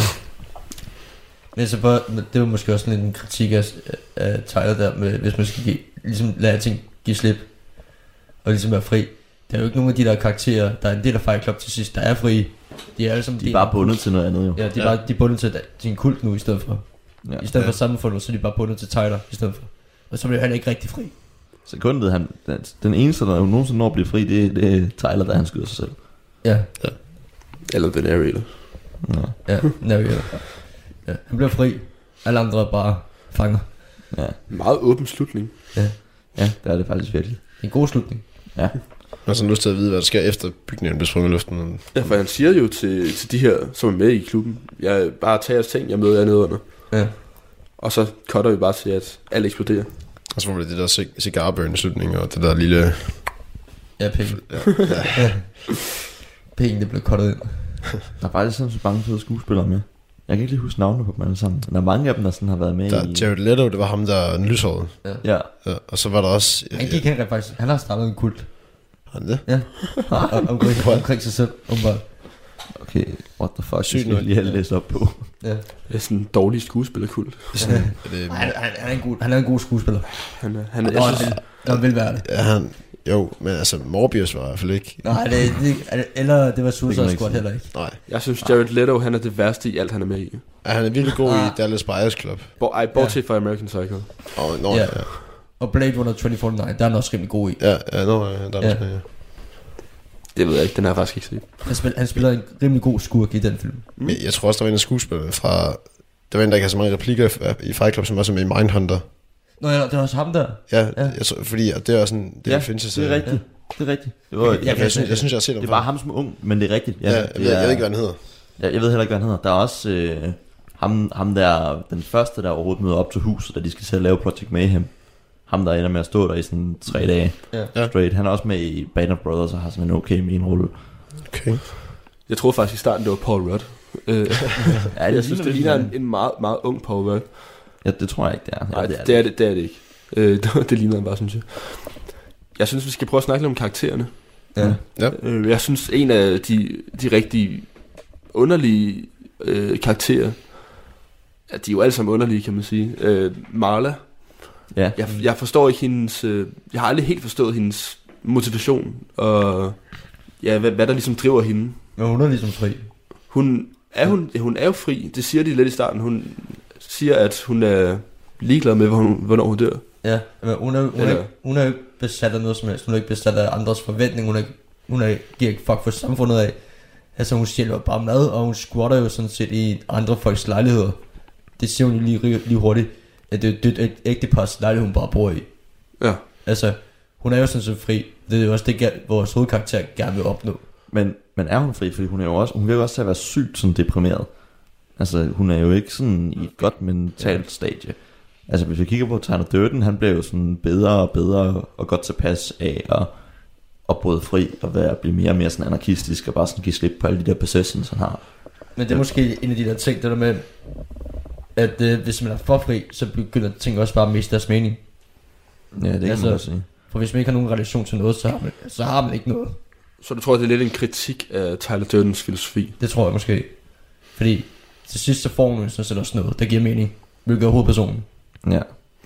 Men så det var måske også en kritik af Tyler der, med, hvis man skal ligesom lade ting give slip, og ligesom være fri. Der er jo ikke nogen af de der karakterer, der er en del af Fight Club til sidst, der er fri. De er alle sammen... De er bare bundet til noget andet jo. Ja, de er bundet til en kult nu i stedet for. Ja. I stedet for samfundet, så er de bare bundet til Tyler i stedet for. Og så bliver han ikke rigtig fri. Sekundet, den eneste, der nogensinde når at blive fri, det er Tyler, der han skyder sig selv. Ja. Eller den narrator. Ja, narrator. Ja, han bliver fri. Alle andre er bare fanger. Ja. Meget åben slutning. Ja, det er det faktisk virkelig. Det er en god slutning. Ja. Jeg har sådan lyst til at vide, hvad der sker efter bygningen bliver sprunget i luften. Ja, for han siger jo til de her, som er med i klubben, jeg bare tager jeres ting, jeg møder jer nede under. Ja. Og så cutter vi bare til, at alt eksploderer. Og så får vi det der cigarburn i slutningen, og det der lille... Ja, penge. Ja. Penge, det blev cuttet ind. Der er faktisk sådan så mange fede skuespillere med. Jeg kan ikke lige huske navnene på dem alle sammen. Der er mange af dem, der sådan har været med der, i... Jared Leto, det var ham, der er lyshåret. Ja. Og så var der også... Han har startet en kult. Har han det? Ja. omkring sig selv. Okay, what the fuck, Sygt det skal jeg lige have læst op på. Ja. Det er sådan en dårlig skuespillerkult. Han er en god skuespiller. Han vil være det. Ja, jo, men altså Morbius var i hvert fald ikke. Nej, eller det var Suicide Squad heller ikke. Nej. Jeg synes Jared Leto, han er det værste i alt han er med i. Ja, han er virkelig god i Dallas Buyers Club. Bortset fra American Psycho. Ja. Og Blade Runner 2049, der er han også rimelig god i. Ja, der er også med, ja. Det ved jeg ikke, den har jeg faktisk ikke set. Han spiller en rimelig god skurk i den film. Jeg tror også, der var en skuespiller fra... Der var en, der ikke har så mange replikker i Fight Club, som også er med i Mindhunter. Nå ja, det er også ham der. Ja. Jeg tror, fordi det er også sådan... Det er rigtigt. Det er rigtigt. Jeg synes, jeg har set ham. Det var ham som ung, men det er rigtigt. Jeg ved ikke, hvad han hedder. Jeg ved heller ikke, hvad han hedder. Der er også ham der, den første, der overhovedet møder op til huset, da de skal til at lave Project Mayhem. Ham, der ender med at stå der i sådan 3 dage straight. Han er også med i Band of Brothers og har sådan en okay med en rolle. Okay. Jeg troede faktisk i starten, det var Paul Rudd. Jeg synes, det ligner en meget, meget ung Paul Rudd. Ja, det tror jeg ikke, det er. Nej, det er det ikke. Det ligner han bare, synes jeg. Jeg synes, vi skal prøve at snakke lidt om karaktererne. Ja. Jeg synes, en af de rigtig underlige karakterer, de er jo alle sammen underlige, kan man sige. Marla. Ja. Jeg forstår ikke hendes... jeg har aldrig helt forstået hendes motivation, og hvad der ligesom driver hende. Men hun er ligesom fri. Hun er jo fri, det siger de lidt i starten. Hun siger, at hun er ligeglad med, hvornår hun dør. Ja, men hun er jo ikke besat af noget som helst. Hun er ikke besat af andres forventninger. Hun giver ikke fuck for samfundet af. Altså hun stjæler bare mad, og hun squatter jo sådan set i andre folks lejligheder. Det siger hun lige hurtigt, at det er et ægtepars lejlighed, hun bare bor i. Ja. Altså, hun er jo sådan set fri. Det er jo også det, vores hovedkarakter gerne vil opnå. Men er hun fri? Fordi hun virker også til at være sygt sådan deprimeret. Altså hun er jo ikke sådan i et godt mentalt stadie. Altså hvis vi kigger på Tyler Durden, han bliver jo sådan bedre og bedre og godt tilpas af at bryde fri og blive mere og mere sådan anarkistisk og bare sådan give slip på alle de der possessions han har. Men det er måske en af de der ting, det der med at hvis man er for fri, så begynder ting også bare at miste deres mening. Ja, det kan man også sige. For hvis man ikke har nogen relation til noget, så har man ikke noget. Så du tror, det er lidt en kritik af Tyler Durdens filosofi? Det tror jeg måske. Fordi til sidst så får man sådan set også noget, der giver mening. Hvilket er hovedpersonen. Ja.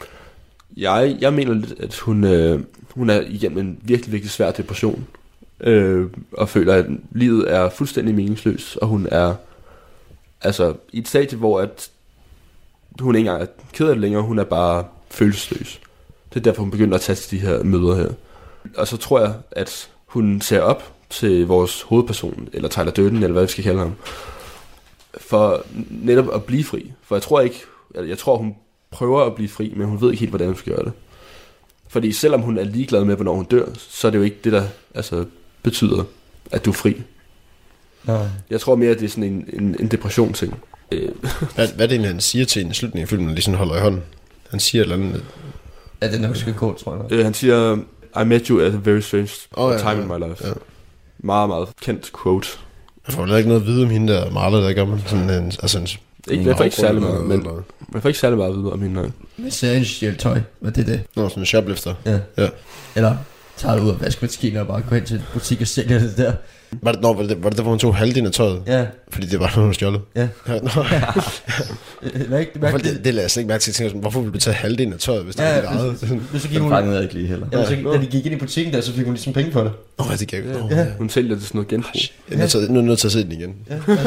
Jeg mener lidt, at hun er igennem en virkelig, virkelig svær depression. Og føler, at livet er fuldstændig meningsløst. Og hun er altså i et stadie, hvor at hun ikke engang er ked af det længere. Hun er bare følelsesløs. Det er derfor, hun begynder at tage til de her møder her. Og så tror jeg, at hun ser op til vores hovedperson, eller Tyler Durden, eller hvad vi skal kalde ham, for netop at blive fri. For jeg tror hun prøver at blive fri, men hun ved ikke helt, hvordan hun skal gøre det. Fordi selvom hun er ligeglad med, hvornår hun dør, så er det jo ikke det, der betyder, at du er fri. Nej. Jeg tror mere, at det er sådan en depression-ting. Hvad er det egentlig, han siger til en i slutningen af filmen, når de sådan holder i hånden? Han siger et eller andet. Ja, det er nok skal gå, tror jeg. Han siger, I met you at a very strange time in my life. Ja. Meget, meget kendt quote. Jeg får ikke noget at vide om hende der Marla, der gør man. Jeg får ikke særlig meget, men jeg får ikke særlig meget at vide om hende. Nej. Men serien stjæl tøj, hvad det er det? Nå, sådan en shoplifter. Ja. Eller tager det ud af vaskemaskinen og bare går hen til en butik og sælger det der. Var det der, hvor hun tog halvdelen af tøjet? Ja. Fordi det var noget, hun stjålet? Ja. Det lader jeg slet ikke mærke til. Hvorfor ville du tage halvdelen af tøjet, hvis det er eget? Det fangede jeg ikke lige heller. Da de gik ind i butikken der, så fik hun ligesom penge for det. Det gav hun sælger det sådan noget genbrug. Nu er nødt til at se den igen.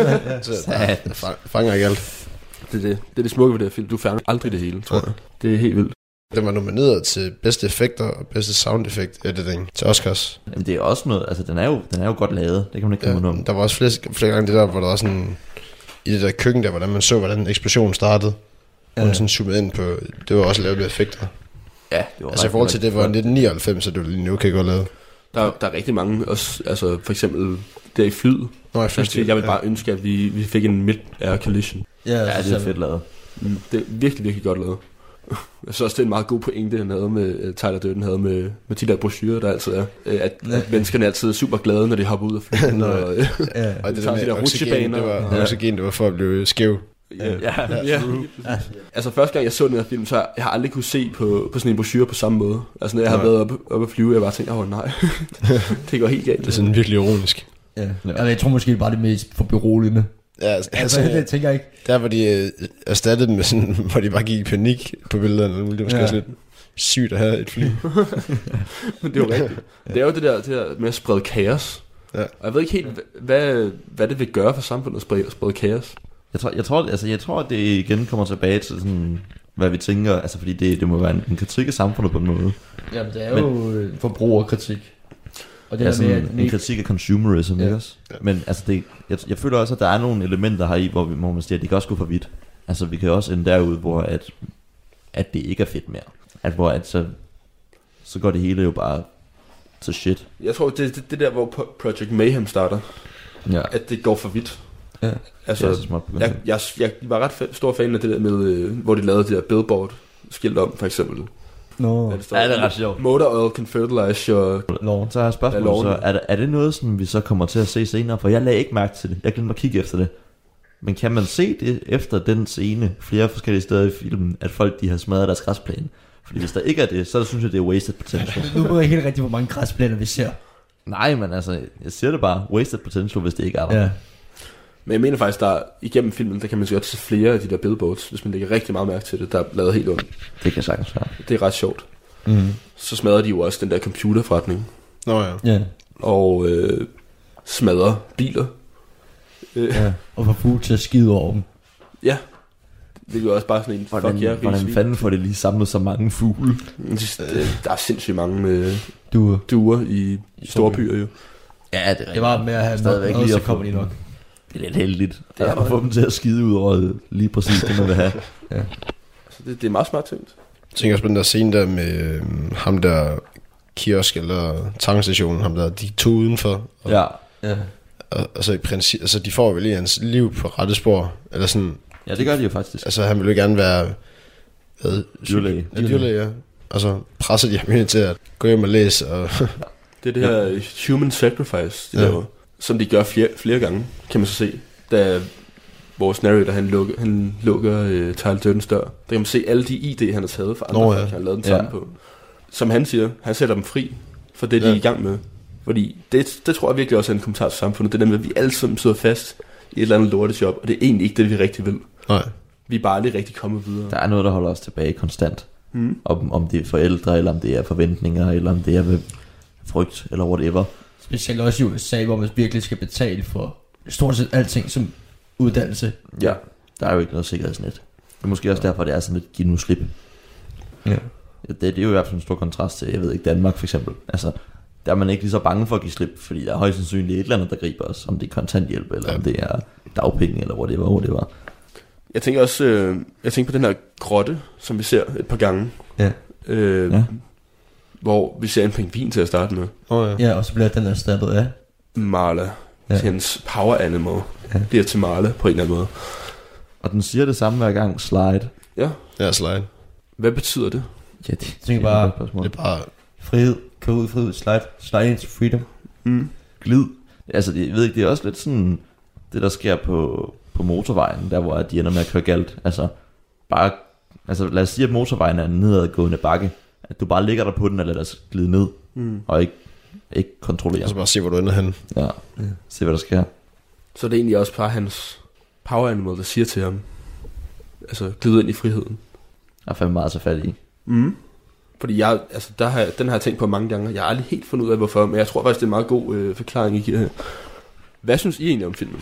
Så fanger ikke alt. Det er det smukke ved det her film. Du fanger aldrig det hele, tror jeg. Det er helt vildt. Den var nomineret til bedste effekter og bedste sound effect editing til Oscars. Jamen det er også noget, altså den er jo godt lavet. Det kan man ikke komme om. Der var også flere gange det der, hvor der var sådan i det der køkken der, hvordan man så, hvordan eksplosionen startede. Og man sådan zoomede ind på, det var også lavet med effekter. Ja, det var altså i forhold til det var 1999, så det var lige nu okay godt lavet. Der er rigtig mange også, altså for eksempel der i flyet. Jeg vil bare ønske, at vi fik en mid-air collision. Ja, det er fedt lavet. Det er virkelig, virkelig godt lavet. Jeg synes også, det er en meget god pointe, han havde med Tyler Durden havde med de der brochurer, der altid er. At menneskerne altid er super glade, når de hopper ud af flyet. Og det der med oxygen, det var oxygen, det var for at blive skæv. Ja. Altså første gang jeg så den her film, så jeg har aldrig kunne se på sådan en brochure på samme måde. Altså når jeg har været oppe at flyve, jeg bare tænkte, nej, det går helt galt. Det er sådan virkelig ironisk. Ja. Jeg tror måske bare det mest for beroligende. Ja, altså det tænker jeg ikke. Der hvor de erstattede dem med sådan, hvor de bare gik i panik på billederne. Det var måske også lidt sygt at have et fly. Men det er jo rigtigt. Det er jo det der med at sprede kaos. Ja. Og jeg ved ikke helt, hvad det vil gøre for samfundet at sprede kaos. Jeg tror, at det igen kommer tilbage til sådan, hvad vi tænker, altså fordi det må være en kritik af samfundet på en måde. Jamen det er jo forbrugerkritik. Og det er sådan en kritik af consumerism, ikke også? Ja. Men altså jeg føler også, at der er nogle elementer her i, hvor man siger, at det kan også gå for vidt. Altså vi kan også ende derude, hvor at det ikke er fedt mere. At hvor så går det hele jo bare til shit. Jeg tror, det der, hvor Project Mayhem starter, at det går for vidt. Ja. Altså, jeg var ret stor fan af det der med, hvor de lavede det der billboard skilt om, for eksempel. Ja, det er ret sjovt. Motor oil can fertilize your... Så har jeg spørgsmål, så er det noget, som vi så kommer til at se senere? For jeg lagde ikke mærke til det. Jeg glemte at kigge efter det. Men kan man se det efter den scene flere forskellige steder i filmen, at folk de har smadret deres græsplæne? Fordi hvis der ikke er det, så synes jeg, det er wasted potential. Nu ved jeg helt rigtigt, hvor mange græsplæner vi ser. Nej, men altså, jeg siger det bare, wasted potential, hvis det ikke er der. Ja. Men jeg mener faktisk, der igennem filmen, der kan man så godt se flere af de der billboards, hvis man lægger rigtig meget mærke til det, der er lavet helt ondt. Det kan sagtens være. Det er ret sjovt. Så smadrer de jo også den der computerforretning. Ja. Og smadrer biler. Og får fugle til at skide over dem. Ja. Det er jo også bare sådan en hvordan fanden får det lige samlet så mange fugle? Der er sindssygt mange duer i store byer jo. Ja, det er rigtigt. Det var med at have stadigvæk lige at kommer de nok. Det er lidt heldigt. Det er at få dem til at skide ud over lige præcis det, man vil have. Ja. Så det er meget smart tænkt. Jeg tænker også på den der scene der med ham der kiosk eller tankstationen, ham der, de tog udenfor. Og så i princip, altså de får vel lige hans liv på rette spor, eller sådan. Ja, det gør de jo faktisk. Altså han vil jo gerne være dyrlæge. Ja. Og så presser de ham ind til at gå hjem og læse. Og det er det her human sacrifice, der, som de gør flere gange, kan man så se. Da vores narrator, han lukker Tyler Durdens dør. Der kan man se alle de ID, han har taget fra andre folk, han har lavet den samme på. Som han siger, han sætter dem fri for det, de er i gang med. Fordi det tror jeg virkelig også er en kommentar til samfundet. Det er nemlig, at vi alle sammen sidder fast i et eller andet lortejob, og det er egentlig ikke det, vi rigtig vil. Nej. Vi er bare aldrig rigtig kommet videre. Der er noget, der holder os tilbage konstant. Om det er forældre, eller om det er forventninger, eller om det er med frygt, eller whatever. Specielt også i USA, hvor man virkelig skal betale for stort set alting som uddannelse. Ja, der er jo ikke noget sikkerhedsnet. Det er måske også derfor, det er sådan lidt give nu slip. Ja. Det er jo i hvert fald en stor kontrast til, jeg ved ikke, Danmark for eksempel. Altså, der er man ikke lige så bange for at give slip, fordi der er højst sandsynligt et eller andet, der griber os, om det er kontanthjælp, eller om det er dagpenge, eller hvor det var. Jeg tænker også, på den her grotte, som vi ser et par gange. Ja. Hvor vi ser en pingvin til at starte med. Ja, og så bliver den erstattet af Marla. Ja. Hendes power animal bliver til Marla på en eller anden måde. Og den siger det samme hver gang, slide. Ja, slide. Hvad betyder det? Ja, det er bare frihed, gå ud, frihed, slide into freedom. Glid. Altså, jeg ved ikke, det er også lidt sådan, det der sker på motorvejen, der hvor de ender med at køre galt. Altså, lad os sige, at motorvejen er en nedadgående bakke. At du bare ligger der på den, og lader dig glide ned, og ikke kontrollere. Altså bare se, hvor du ender henne. Ja, se hvad der sker. Så det er egentlig også bare hans power animal, der siger til ham, altså glide ind i friheden. Jeg er fandme meget så fat i. Fordi den har jeg tænkt på mange gange. Jeg har aldrig helt fundet ud af hvorfor, men jeg tror faktisk det er en meget god forklaring I giver her. Hvad synes I egentlig om filmen?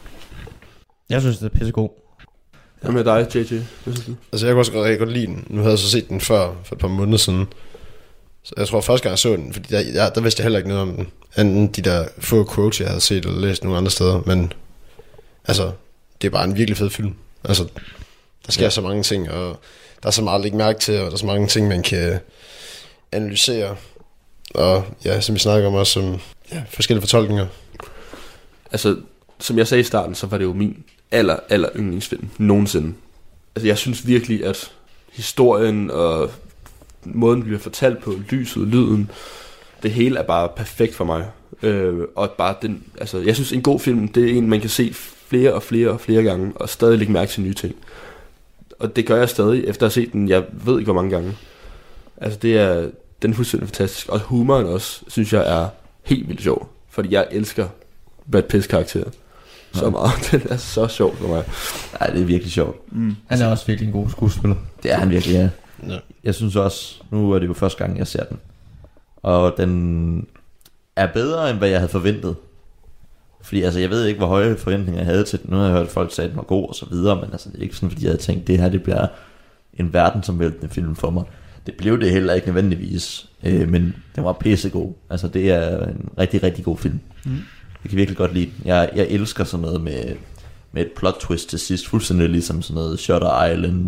Jeg synes det er pissegod. Hvad med dig, JJ? Hvad synes du? Altså jeg kunne også rigtig godt lide den. Nu havde jeg så set den før, for et par måneder siden. Så jeg tror første gang jeg så den, fordi der vidste jeg heller ikke noget om den, anden de der få quotes jeg havde set eller læst nogle andre steder. Men altså, det er bare en virkelig fed film. Altså, der sker så mange ting, og der er så meget at lægge mærke til, og der er så mange ting man kan analysere. Og ja, som vi snakker om også, som forskellige fortolkninger. Altså, som jeg sagde i starten, så var det jo min aller yndlingsfilm nogensinde. Altså, jeg synes virkelig, at historien og måden, den bliver fortalt på, lyset, lyden, det hele er bare perfekt for mig. Og bare den, altså, jeg synes, en god film, det er en, man kan se flere gange, og stadig lægge mærke til nye ting. Og det gør jeg stadig, efter at have set den, jeg ved ikke, hvor mange gange. Altså, den er fuldstændig fantastisk. Og humoren også, synes jeg, er helt vildt sjov. Fordi jeg elsker Brad Pitts karakter så meget. Den er så sjov for mig. Nej, det er virkelig sjovt. Han er også virkelig en god skuespiller. Det er han virkelig, ja. Jeg synes også, nu er det jo første gang, jeg ser den. Og den er bedre, end hvad jeg havde forventet. Fordi altså, jeg ved ikke, hvor høje forventninger jeg havde til den. Nu har jeg hørt folk sige, at den var god og så videre. Men altså, det er ikke sådan, fordi jeg havde tænkt, det her det bliver en verdensomvæltende film for mig. Det blev det heller ikke nødvendigvis. Men den var pissegod. Altså, det er en rigtig, rigtig god film. Jeg kan virkelig godt lide den. Jeg elsker sådan noget med et plot twist til sidst. Fuldstændig ligesom sådan noget Shutter Island.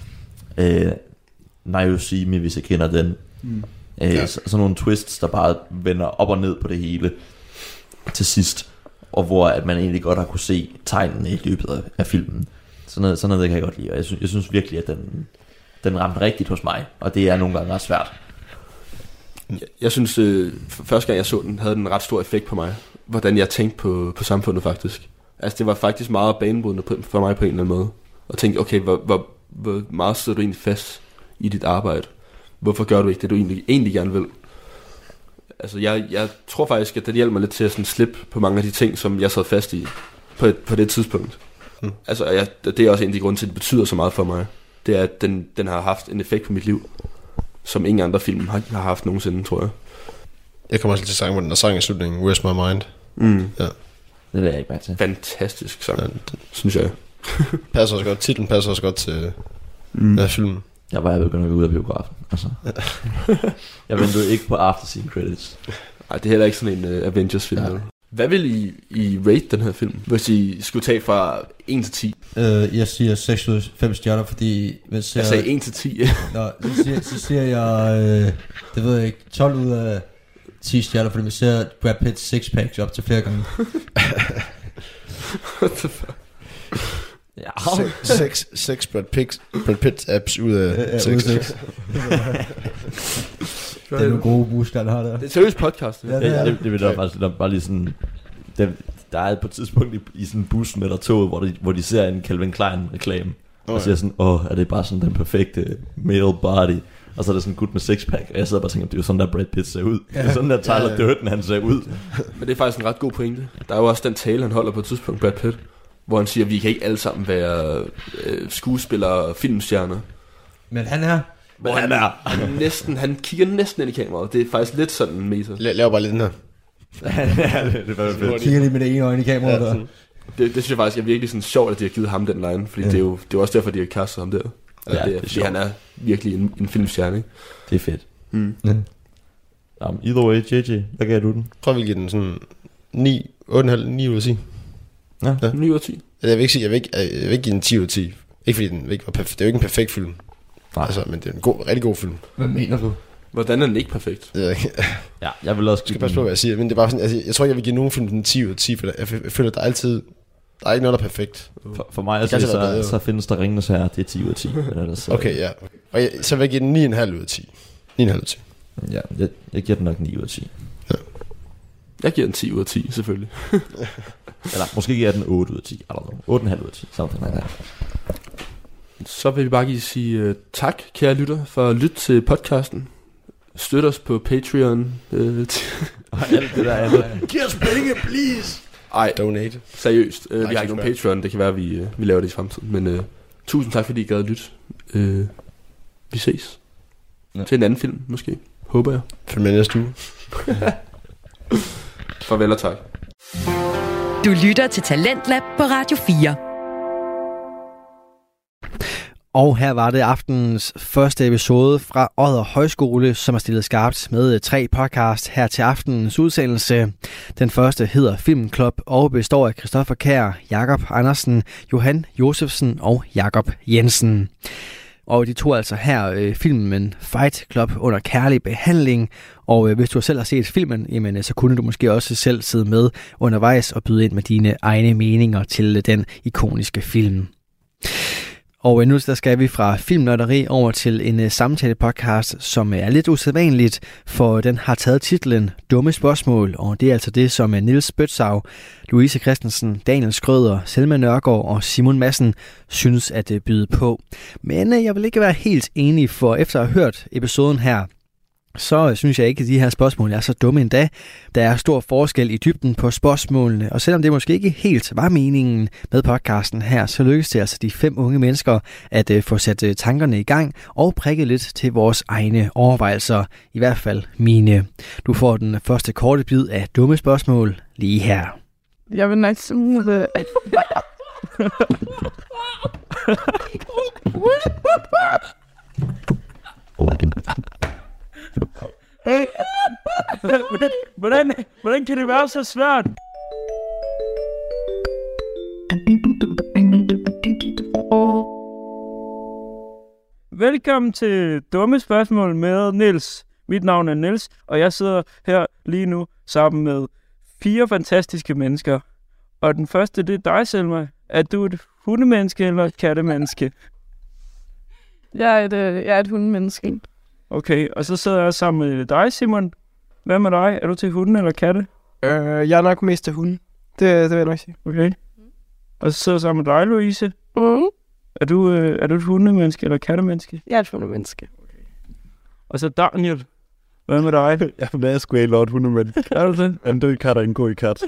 Now You See Me, hvis jeg kender den. Sådan nogle twists, der bare vender op og ned på det hele til sidst. Og hvor at man egentlig godt har kunne se tegnene i løbet af filmen. Sådan noget det kan jeg godt lide. Og jeg synes virkelig, at den ramte rigtigt hos mig. Og det er nogle gange ret svært. Jeg synes, første gang jeg så den, havde den en ret stor effekt på mig. Hvordan jeg tænkte på samfundet faktisk. Altså det var faktisk meget banebrydende for mig på en eller anden måde. Og tænkte, okay, hvor meget sidder du egentlig fast i dit arbejde? Hvorfor gør du ikke det, du egentlig gerne vil? Altså jeg tror faktisk, at det hjælper mig lidt til at sådan slippe på mange af de ting, som jeg sad fast i på det tidspunkt. Altså det er også en af de grunde til, at det betyder så meget for mig. Det er, at den har haft en effekt på mit liv, som ingen andre film har haft nogensinde, tror jeg. Jeg kommer også til at sange, hvor den der sang i slutningen, Where's My Mind? Ja. Det er jeg ikke bare til. Fantastisk sang, synes jeg. Passer også godt. Titlen passer også godt til filmen. Jeg var begyndt at gå ud af biografen. Altså. Jeg ventede ikke på after scene credits. Nej, det er heller ikke sådan en Avengers-film. Ja. Hvad vil I rate den her film, hvis I skulle tage fra 1 til 10? Jeg siger 6 ud af 5 stjerner, fordi... Jeg sagde 1 til 10. Nå, så siger jeg... det ved jeg ikke, 12 ud af 10 stjerner, fordi vi ser Brad Pitt sixpacks op til flere gange. What the fuck? Ja. 6 Brad Pitt apps ud af 6. Det er nogle gode muskler, der har der. Det er et seriøst podcast. Ja, det vil da faktisk bare lige sådan... Der er på et tidspunkt i sådan bussen eller toget, hvor de ser en Calvin Klein reklame og siger sådan, er det bare sådan den perfekte male body? Og så er der sådan en gut med sixpack, og jeg sidder bare og tænker, det er jo sådan der Brad Pitt ser ud. Det er sådan der Tyler Durden han ser ud. Men det er faktisk en ret god pointe. Der er jo også den tale han holder på et tidspunkt, Brad Pitt, hvor han siger, at vi kan ikke alle sammen være skuespillere og filmstjerner. Men han er. Han kigger næsten ind i kameraet. Det er faktisk lidt sådan en meta. Laver bare lidt den her. Det var fedt. Kigger lige med det ene øjne i kameraet der. Det synes jeg faktisk er virkelig sådan sjovt, at de har givet ham den line. Fordi det er jo også derfor, de har kastet ham der. Ja, det er fordi han er virkelig en filmstjerne, ikke? Det er fedt. Either way, JJ, hvad gav du den? Jeg tror, vi give den sådan 9 ud af 10. Ja, 9 ud af 10. Jeg vil ikke give den 10 ud af 10. Ikke fordi den ikke var perfekt. Det er jo ikke en perfekt film. Nej. Altså, men det er en rigtig god film. Hvad mener du? Hvordan er den ikke perfekt? Ja, jeg vil også skal passe på, hvad jeg siger. Men det er bare sådan, altså, jeg tror ikke, jeg vil give nogen film den 10 ud af 10, for jeg føler, at der er ikke noget, der er perfekt. For mig så findes der Ringenes Herre, det er 10 ud af 10. Okay, ja. Og så vil jeg give den 9,5 ud af 10. 9,5 ud af 10. Ja, jeg giver den nok 9 ud af 10. Ja. Jeg giver den 10 ud af 10, selvfølgelig. Eller måske giver jeg den 8 ud af 10. I don't know. 8,5 ud af 10. Something like that. Så vil vi bare sige tak, kære lytter, for at lytte til podcasten. Støt os på Patreon. Og alt det der andet. Giv os penge, please. Ej, donate. Seriøst. Vi har ikke nogen Patreon. Det kan være, at vi laver det i fremtiden. Men tusind tak, fordi I gad at lytte. Vi ses. Ja. Til en anden film, måske. Håber jeg. Følg med næste uge. Farvel og tak. Du lytter til Talentlab på Radio 4. Og her var det aftenens første episode fra Odder Højskole, som er stillet skarpt med 3 podcast her til aftenens udsendelse. Den første hedder Filmklub og består af Christoffer Kjær, Jakob Andersen, Johan Josefsen og Jakob Jensen. Og de tog altså her filmen Fight Club under kærlig behandling. Og hvis du selv har set filmen, jamen, så kunne du måske også selv sidde med undervejs og byde ind med dine egne meninger til den ikoniske film. Og nu der skal vi fra filmnørderi over til en samtale-podcast, som er lidt usædvanligt, for den har taget titlen Dumme Spørgsmål, og det er altså det, som Niels Bøtsav, Louise Christensen, Daniel Skrøder, Selma Nørgaard og Simon Madsen synes at byde på. Men jeg vil ikke være helt enig, for efter at have hørt episoden her, så synes jeg ikke, at de her spørgsmål er så dumme endda. Der er stor forskel i dybden på spørgsmålene, og selvom det måske ikke helt var meningen med podcasten her, så lykkedes det altså de 5 unge mennesker at få sat tankerne i gang og prikke lidt til vores egne overvejelser, i hvert fald mine. Du får den første korte bid af dumme spørgsmål lige her. Jeg vil nok smule... Hey. Hvordan kan det være så svært? Velkommen til Dumme Spørgsmål med Niels. Mit navn er Niels, og jeg sidder her lige nu sammen med 4 fantastiske mennesker. Og den første, det er dig, Selma. Er du et hundemenneske eller et kattemenneske? Jeg er et hundemenneske. Okay, og så sidder jeg sammen med dig, Simon. Hvad med dig? Er du til hunde eller katte? Jeg er nok mest til hunde. Det vil jeg nok sige. Okay. Og så sidder jeg sammen med dig, Louise. Er du et hundemenneske eller kattemenneske? Jeg er et hundemenneske. Okay. Og så Daniel. Hvad med dig? Jeg er sgu ikke et hundemenneske. Er du det? En død kat er en god kat.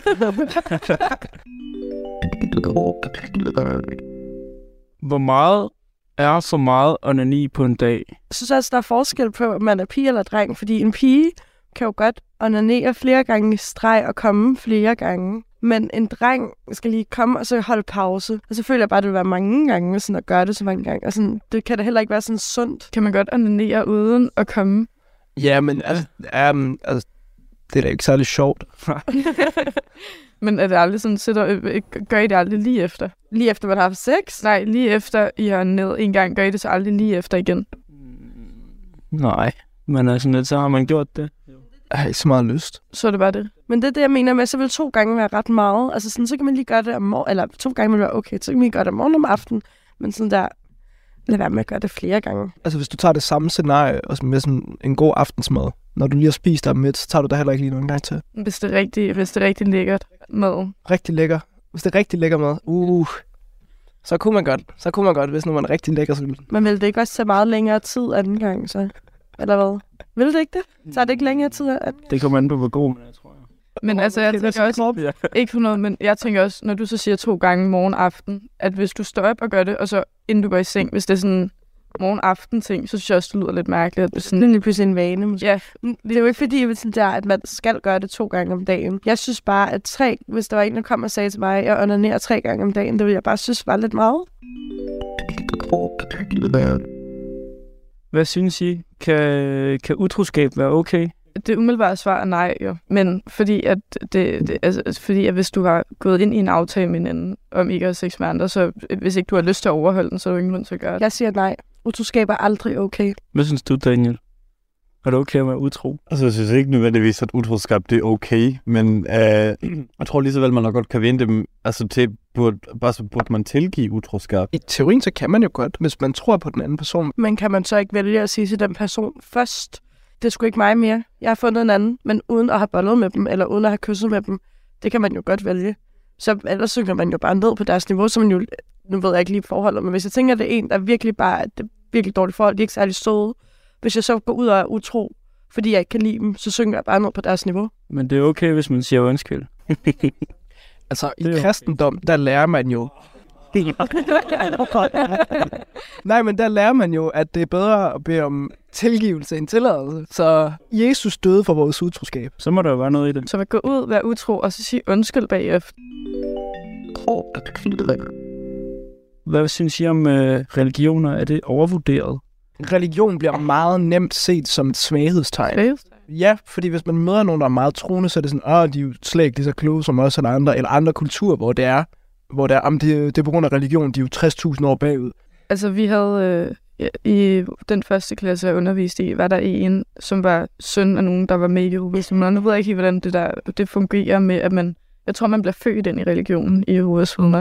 Hvor meget er for meget onani på en dag? Jeg synes også, der er forskel på, om man er pige eller dreng, fordi en pige kan jo godt onanere flere gange i streg og komme flere gange. Men en dreng skal lige komme og så holde pause. Og så føler jeg bare, at det vil være mange gange sådan at gøre det så mange gange. Og sådan, det kan da heller ikke være sådan sundt. Kan man godt onanere uden at komme? Ja, men altså, det er da ikke særlig sjovt. Men er det aldrig sådan, gør I det aldrig lige efter? Lige efter man har haft sex? Nej, lige efter I har ned en gang, gør I det så aldrig lige efter igen? Nej, men altså lidt, så har man gjort det. Jeg har ikke så meget lyst. Så er det bare det. Men det er det, jeg mener med, så vil 2 gange være ret meget. Altså sådan, så kan man lige gøre det om morgenen, eller 2 gange vil være okay, så kan man lige gøre det om morgenen om aftenen. Men sådan der, lad være med at gøre det flere gange. Altså hvis du tager det samme scenarie, og med sådan en god aftensmad, når du lige har spist dig midt, så tager du der heller ikke lige nogen gang til. Hvis det er rigtig lækkert mad. Rigtig lækker. Hvis det er rigtig lækker mad, så kunne man godt, hvis nu man er rigtig lækker. Så... Men vil det ikke også tage meget længere tid anden gang, så? Eller hvad? Vil det ikke det? Tager det ikke længere tid anden gang? Det kommer an på, hvor god man er, tror jeg. Men altså, jeg tænker også, ikke for noget, men jeg tænker også, når du så siger 2 gange morgen aften, at hvis du står op og gør det, og så inden du går i seng, hvis det er sådan morgen-aften ting, så synes jeg også, det lyder lidt mærkeligt. At det er sådan pludselig en vane, måske. Ja, det er jo ikke fordi, at man skal gøre det 2 gange om dagen. Jeg synes bare, at hvis der var en, der kom og sagde til mig, at jeg onanerer 3 gange om dagen, det ville jeg bare synes var lidt meget. Hvad synes I? Kan utroskab være okay? Det umiddelbare svar er nej, jo. Men fordi at hvis du har gået ind i en aftale med hinanden om ikke at have sex med andre, så hvis ikke du har lyst til at overholde den, så er du ingen grund til at gøre det. Jeg siger nej. Utroskab er aldrig okay. Hvad synes du, Daniel? Er det okay at være utro? Altså, jeg synes ikke nødvendigvis, at utroskab det er okay, men jeg tror lige så vel, man nok godt kan vente dem. Altså, burde man tilgive utroskab? I teorien, så kan man jo godt, hvis man tror på den anden person. Men kan man så ikke vælge at sige til den person først, det er sgu ikke mig mere, jeg har fundet en anden, men uden at have bollet med dem, eller uden at have kysset med dem, det kan man jo godt vælge. Så ellers synker man jo bare ned på deres niveau, så man jo, nu ved jeg ikke lige forholdet, men hvis jeg tænker, at det er en, der virkelig bare, det er virkelig dårligt forhold, de er ikke særlig søde. Hvis jeg så går ud og er utro, fordi jeg ikke kan lide dem, så synker jeg bare ned på deres niveau. Men det er okay, hvis man siger undskyld. Altså, i kristendom, der lærer man jo... Nej, men der lærer man jo, at det er bedre at bede om tilgivelse end tilladelse. Så Jesus døde for vores utroskab. Så må der jo være noget i det. Så man går ud, være utro, og så sige undskyld bagefter. Hvad synes I om religioner? Er det overvurderet? Religion bliver meget nemt set som et svaghedstegn. Ja, fordi hvis man møder nogen, der er meget troende, så er det sådan, de er jo slet ikke lige så kloge som os eller andre kulturer, hvor det er det er på grund af religion, de er jo 60.000 år bagud. Altså, vi havde i den første klasse, jeg underviste i, var der en, som var søn af nogen, der var med i Jehovas Vidner. Nu ved jeg ikke, hvordan det fungerer med, at jeg tror, man bliver født ind i religionen i Jehovas Vidner.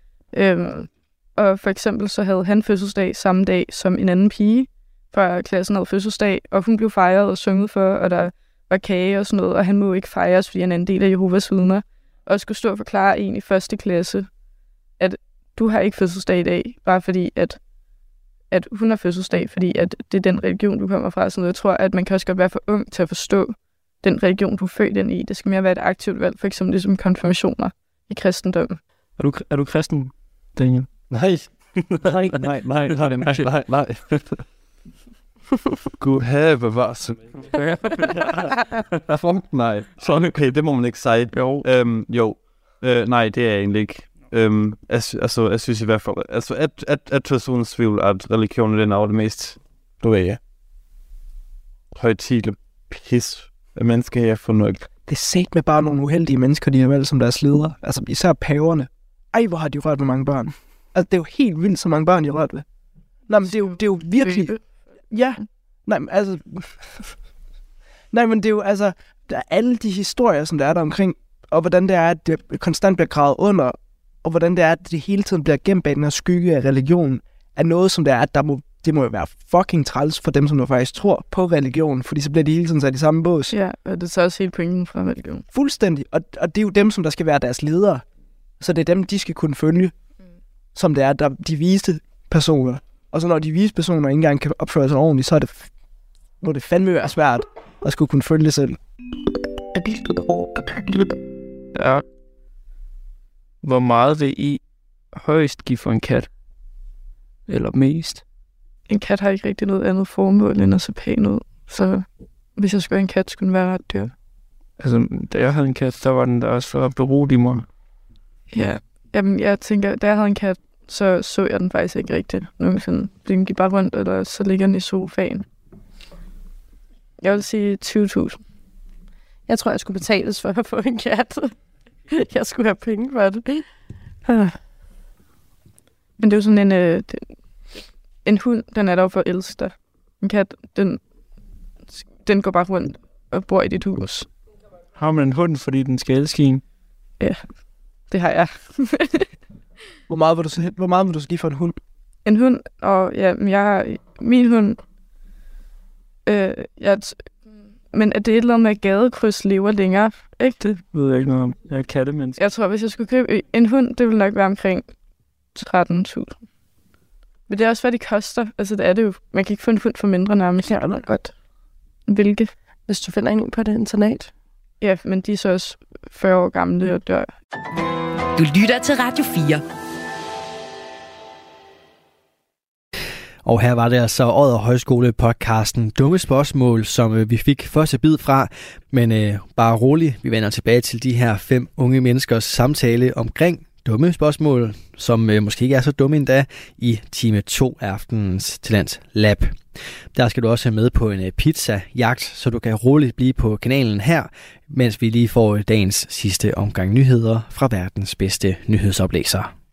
Og for eksempel så havde han fødselsdag samme dag som en anden pige fra klassen havde fødselsdag, og hun blev fejret og sunget for, og der var kage og sådan noget, og han må ikke fejres, fordi han er en del af Jehovas Vidner. Og skulle stå og forklare en i første klasse, at du har ikke fødselsdag i dag, bare fordi, at hun har fødselsdag, fordi at det er den religion, du kommer fra. Så jeg tror, at man kan også godt være for ung til at forstå den religion, du er født ind i. Det skal mere være et aktivt valg, for eksempel ligesom konfirmationer i kristendommen. Er du kristen, Daniel? Nej. Gud have bevares. Nej. Sådan okay, det må man ikke sige. Jo. Nej, det er jeg egentlig ikke. Jeg synes i hvert fald, at personen tvivl, at religionen den er det mest, højtidlige pis, at mennesker her for noget. Det er set med bare nogle uheldige mennesker, de har valgt som deres ledere. Altså især paverne. Ej, hvor har de rørt med mange børn. Altså, det er jo helt vildt, så mange børn, de har rørt ved. Nej, men det er jo virkelig... Ja. Nej, men altså... Nej, men det er jo altså... Der er alle de historier, som der er der omkring, og hvordan det er, at det konstant bliver gravet under, og hvordan det er, at det hele tiden bliver gemt bag den her skygge af religion, er noget, som det er, at det må jo være fucking træls for dem, som der faktisk tror på religion, fordi så bliver de hele tiden sat i samme bås. Ja, og det er så også helt pointen fra religion. Fuldstændig, og det er jo dem, som der skal være deres ledere. Så det er dem, de skal kunne følge, som det er, der de viste personer. Og så når de viste personer ikke engang kan opføre sig ordentligt, så er må det fandme være svært at skulle kunne følge det selv. Ja. Hvor meget vil I højst give for en kat? Eller mest? En kat har ikke rigtig noget andet formål end at se pæn ud. Så hvis jeg skulle have en kat, skulle den være ret dyr. Altså, da jeg havde en kat, der var den der også for at berolige mig. Ja, jamen jeg tænker, da jeg havde en kat, så jeg den faktisk ikke rigtigt. Nogensinde. Den gik bare rundt, eller så ligger den i sofaen. Jeg vil sige 20.000. Jeg tror, jeg skulle betales for at få en kat. Jeg skulle have penge for det. Men det er jo sådan en hund, den er der jo for at elske dig. En kat, den går bare rundt og bor i dit hus. Har man en hund, fordi den skal elske en? Ja, det har jeg. Hvor meget vil du så give for en hund? En hund, og ja, min hund, men at det er et eller andet med, at gadekryds lever længere, ikke? Det ved jeg ikke noget om. Jeg er kattemenneske. Jeg tror, hvis jeg skulle købe en hund, det ville nok være omkring 13.000. Men det er også, hvad de koster. Altså, det er det jo. Man kan ikke få en hund for mindre nærmest. Ja, det er godt. Hvilke? Hvis du finder en på det internat. Ja, men de er så også 40 år gamle og dør. Du lytter til Radio 4. Og her var det altså Odder Højskole podcasten Dumme Spørgsmål, som vi fik første bid fra. Men bare rolig, vi vender tilbage til de her 5 unge menneskers samtale omkring dumme spørgsmål, som måske ikke er så dumme endda, i time 2 af aftenens Talents Lab. Der skal du også med på en pizza-jagt, så du kan roligt blive på kanalen her, mens vi lige får dagens sidste omgang nyheder fra verdens bedste nyhedsoplæser.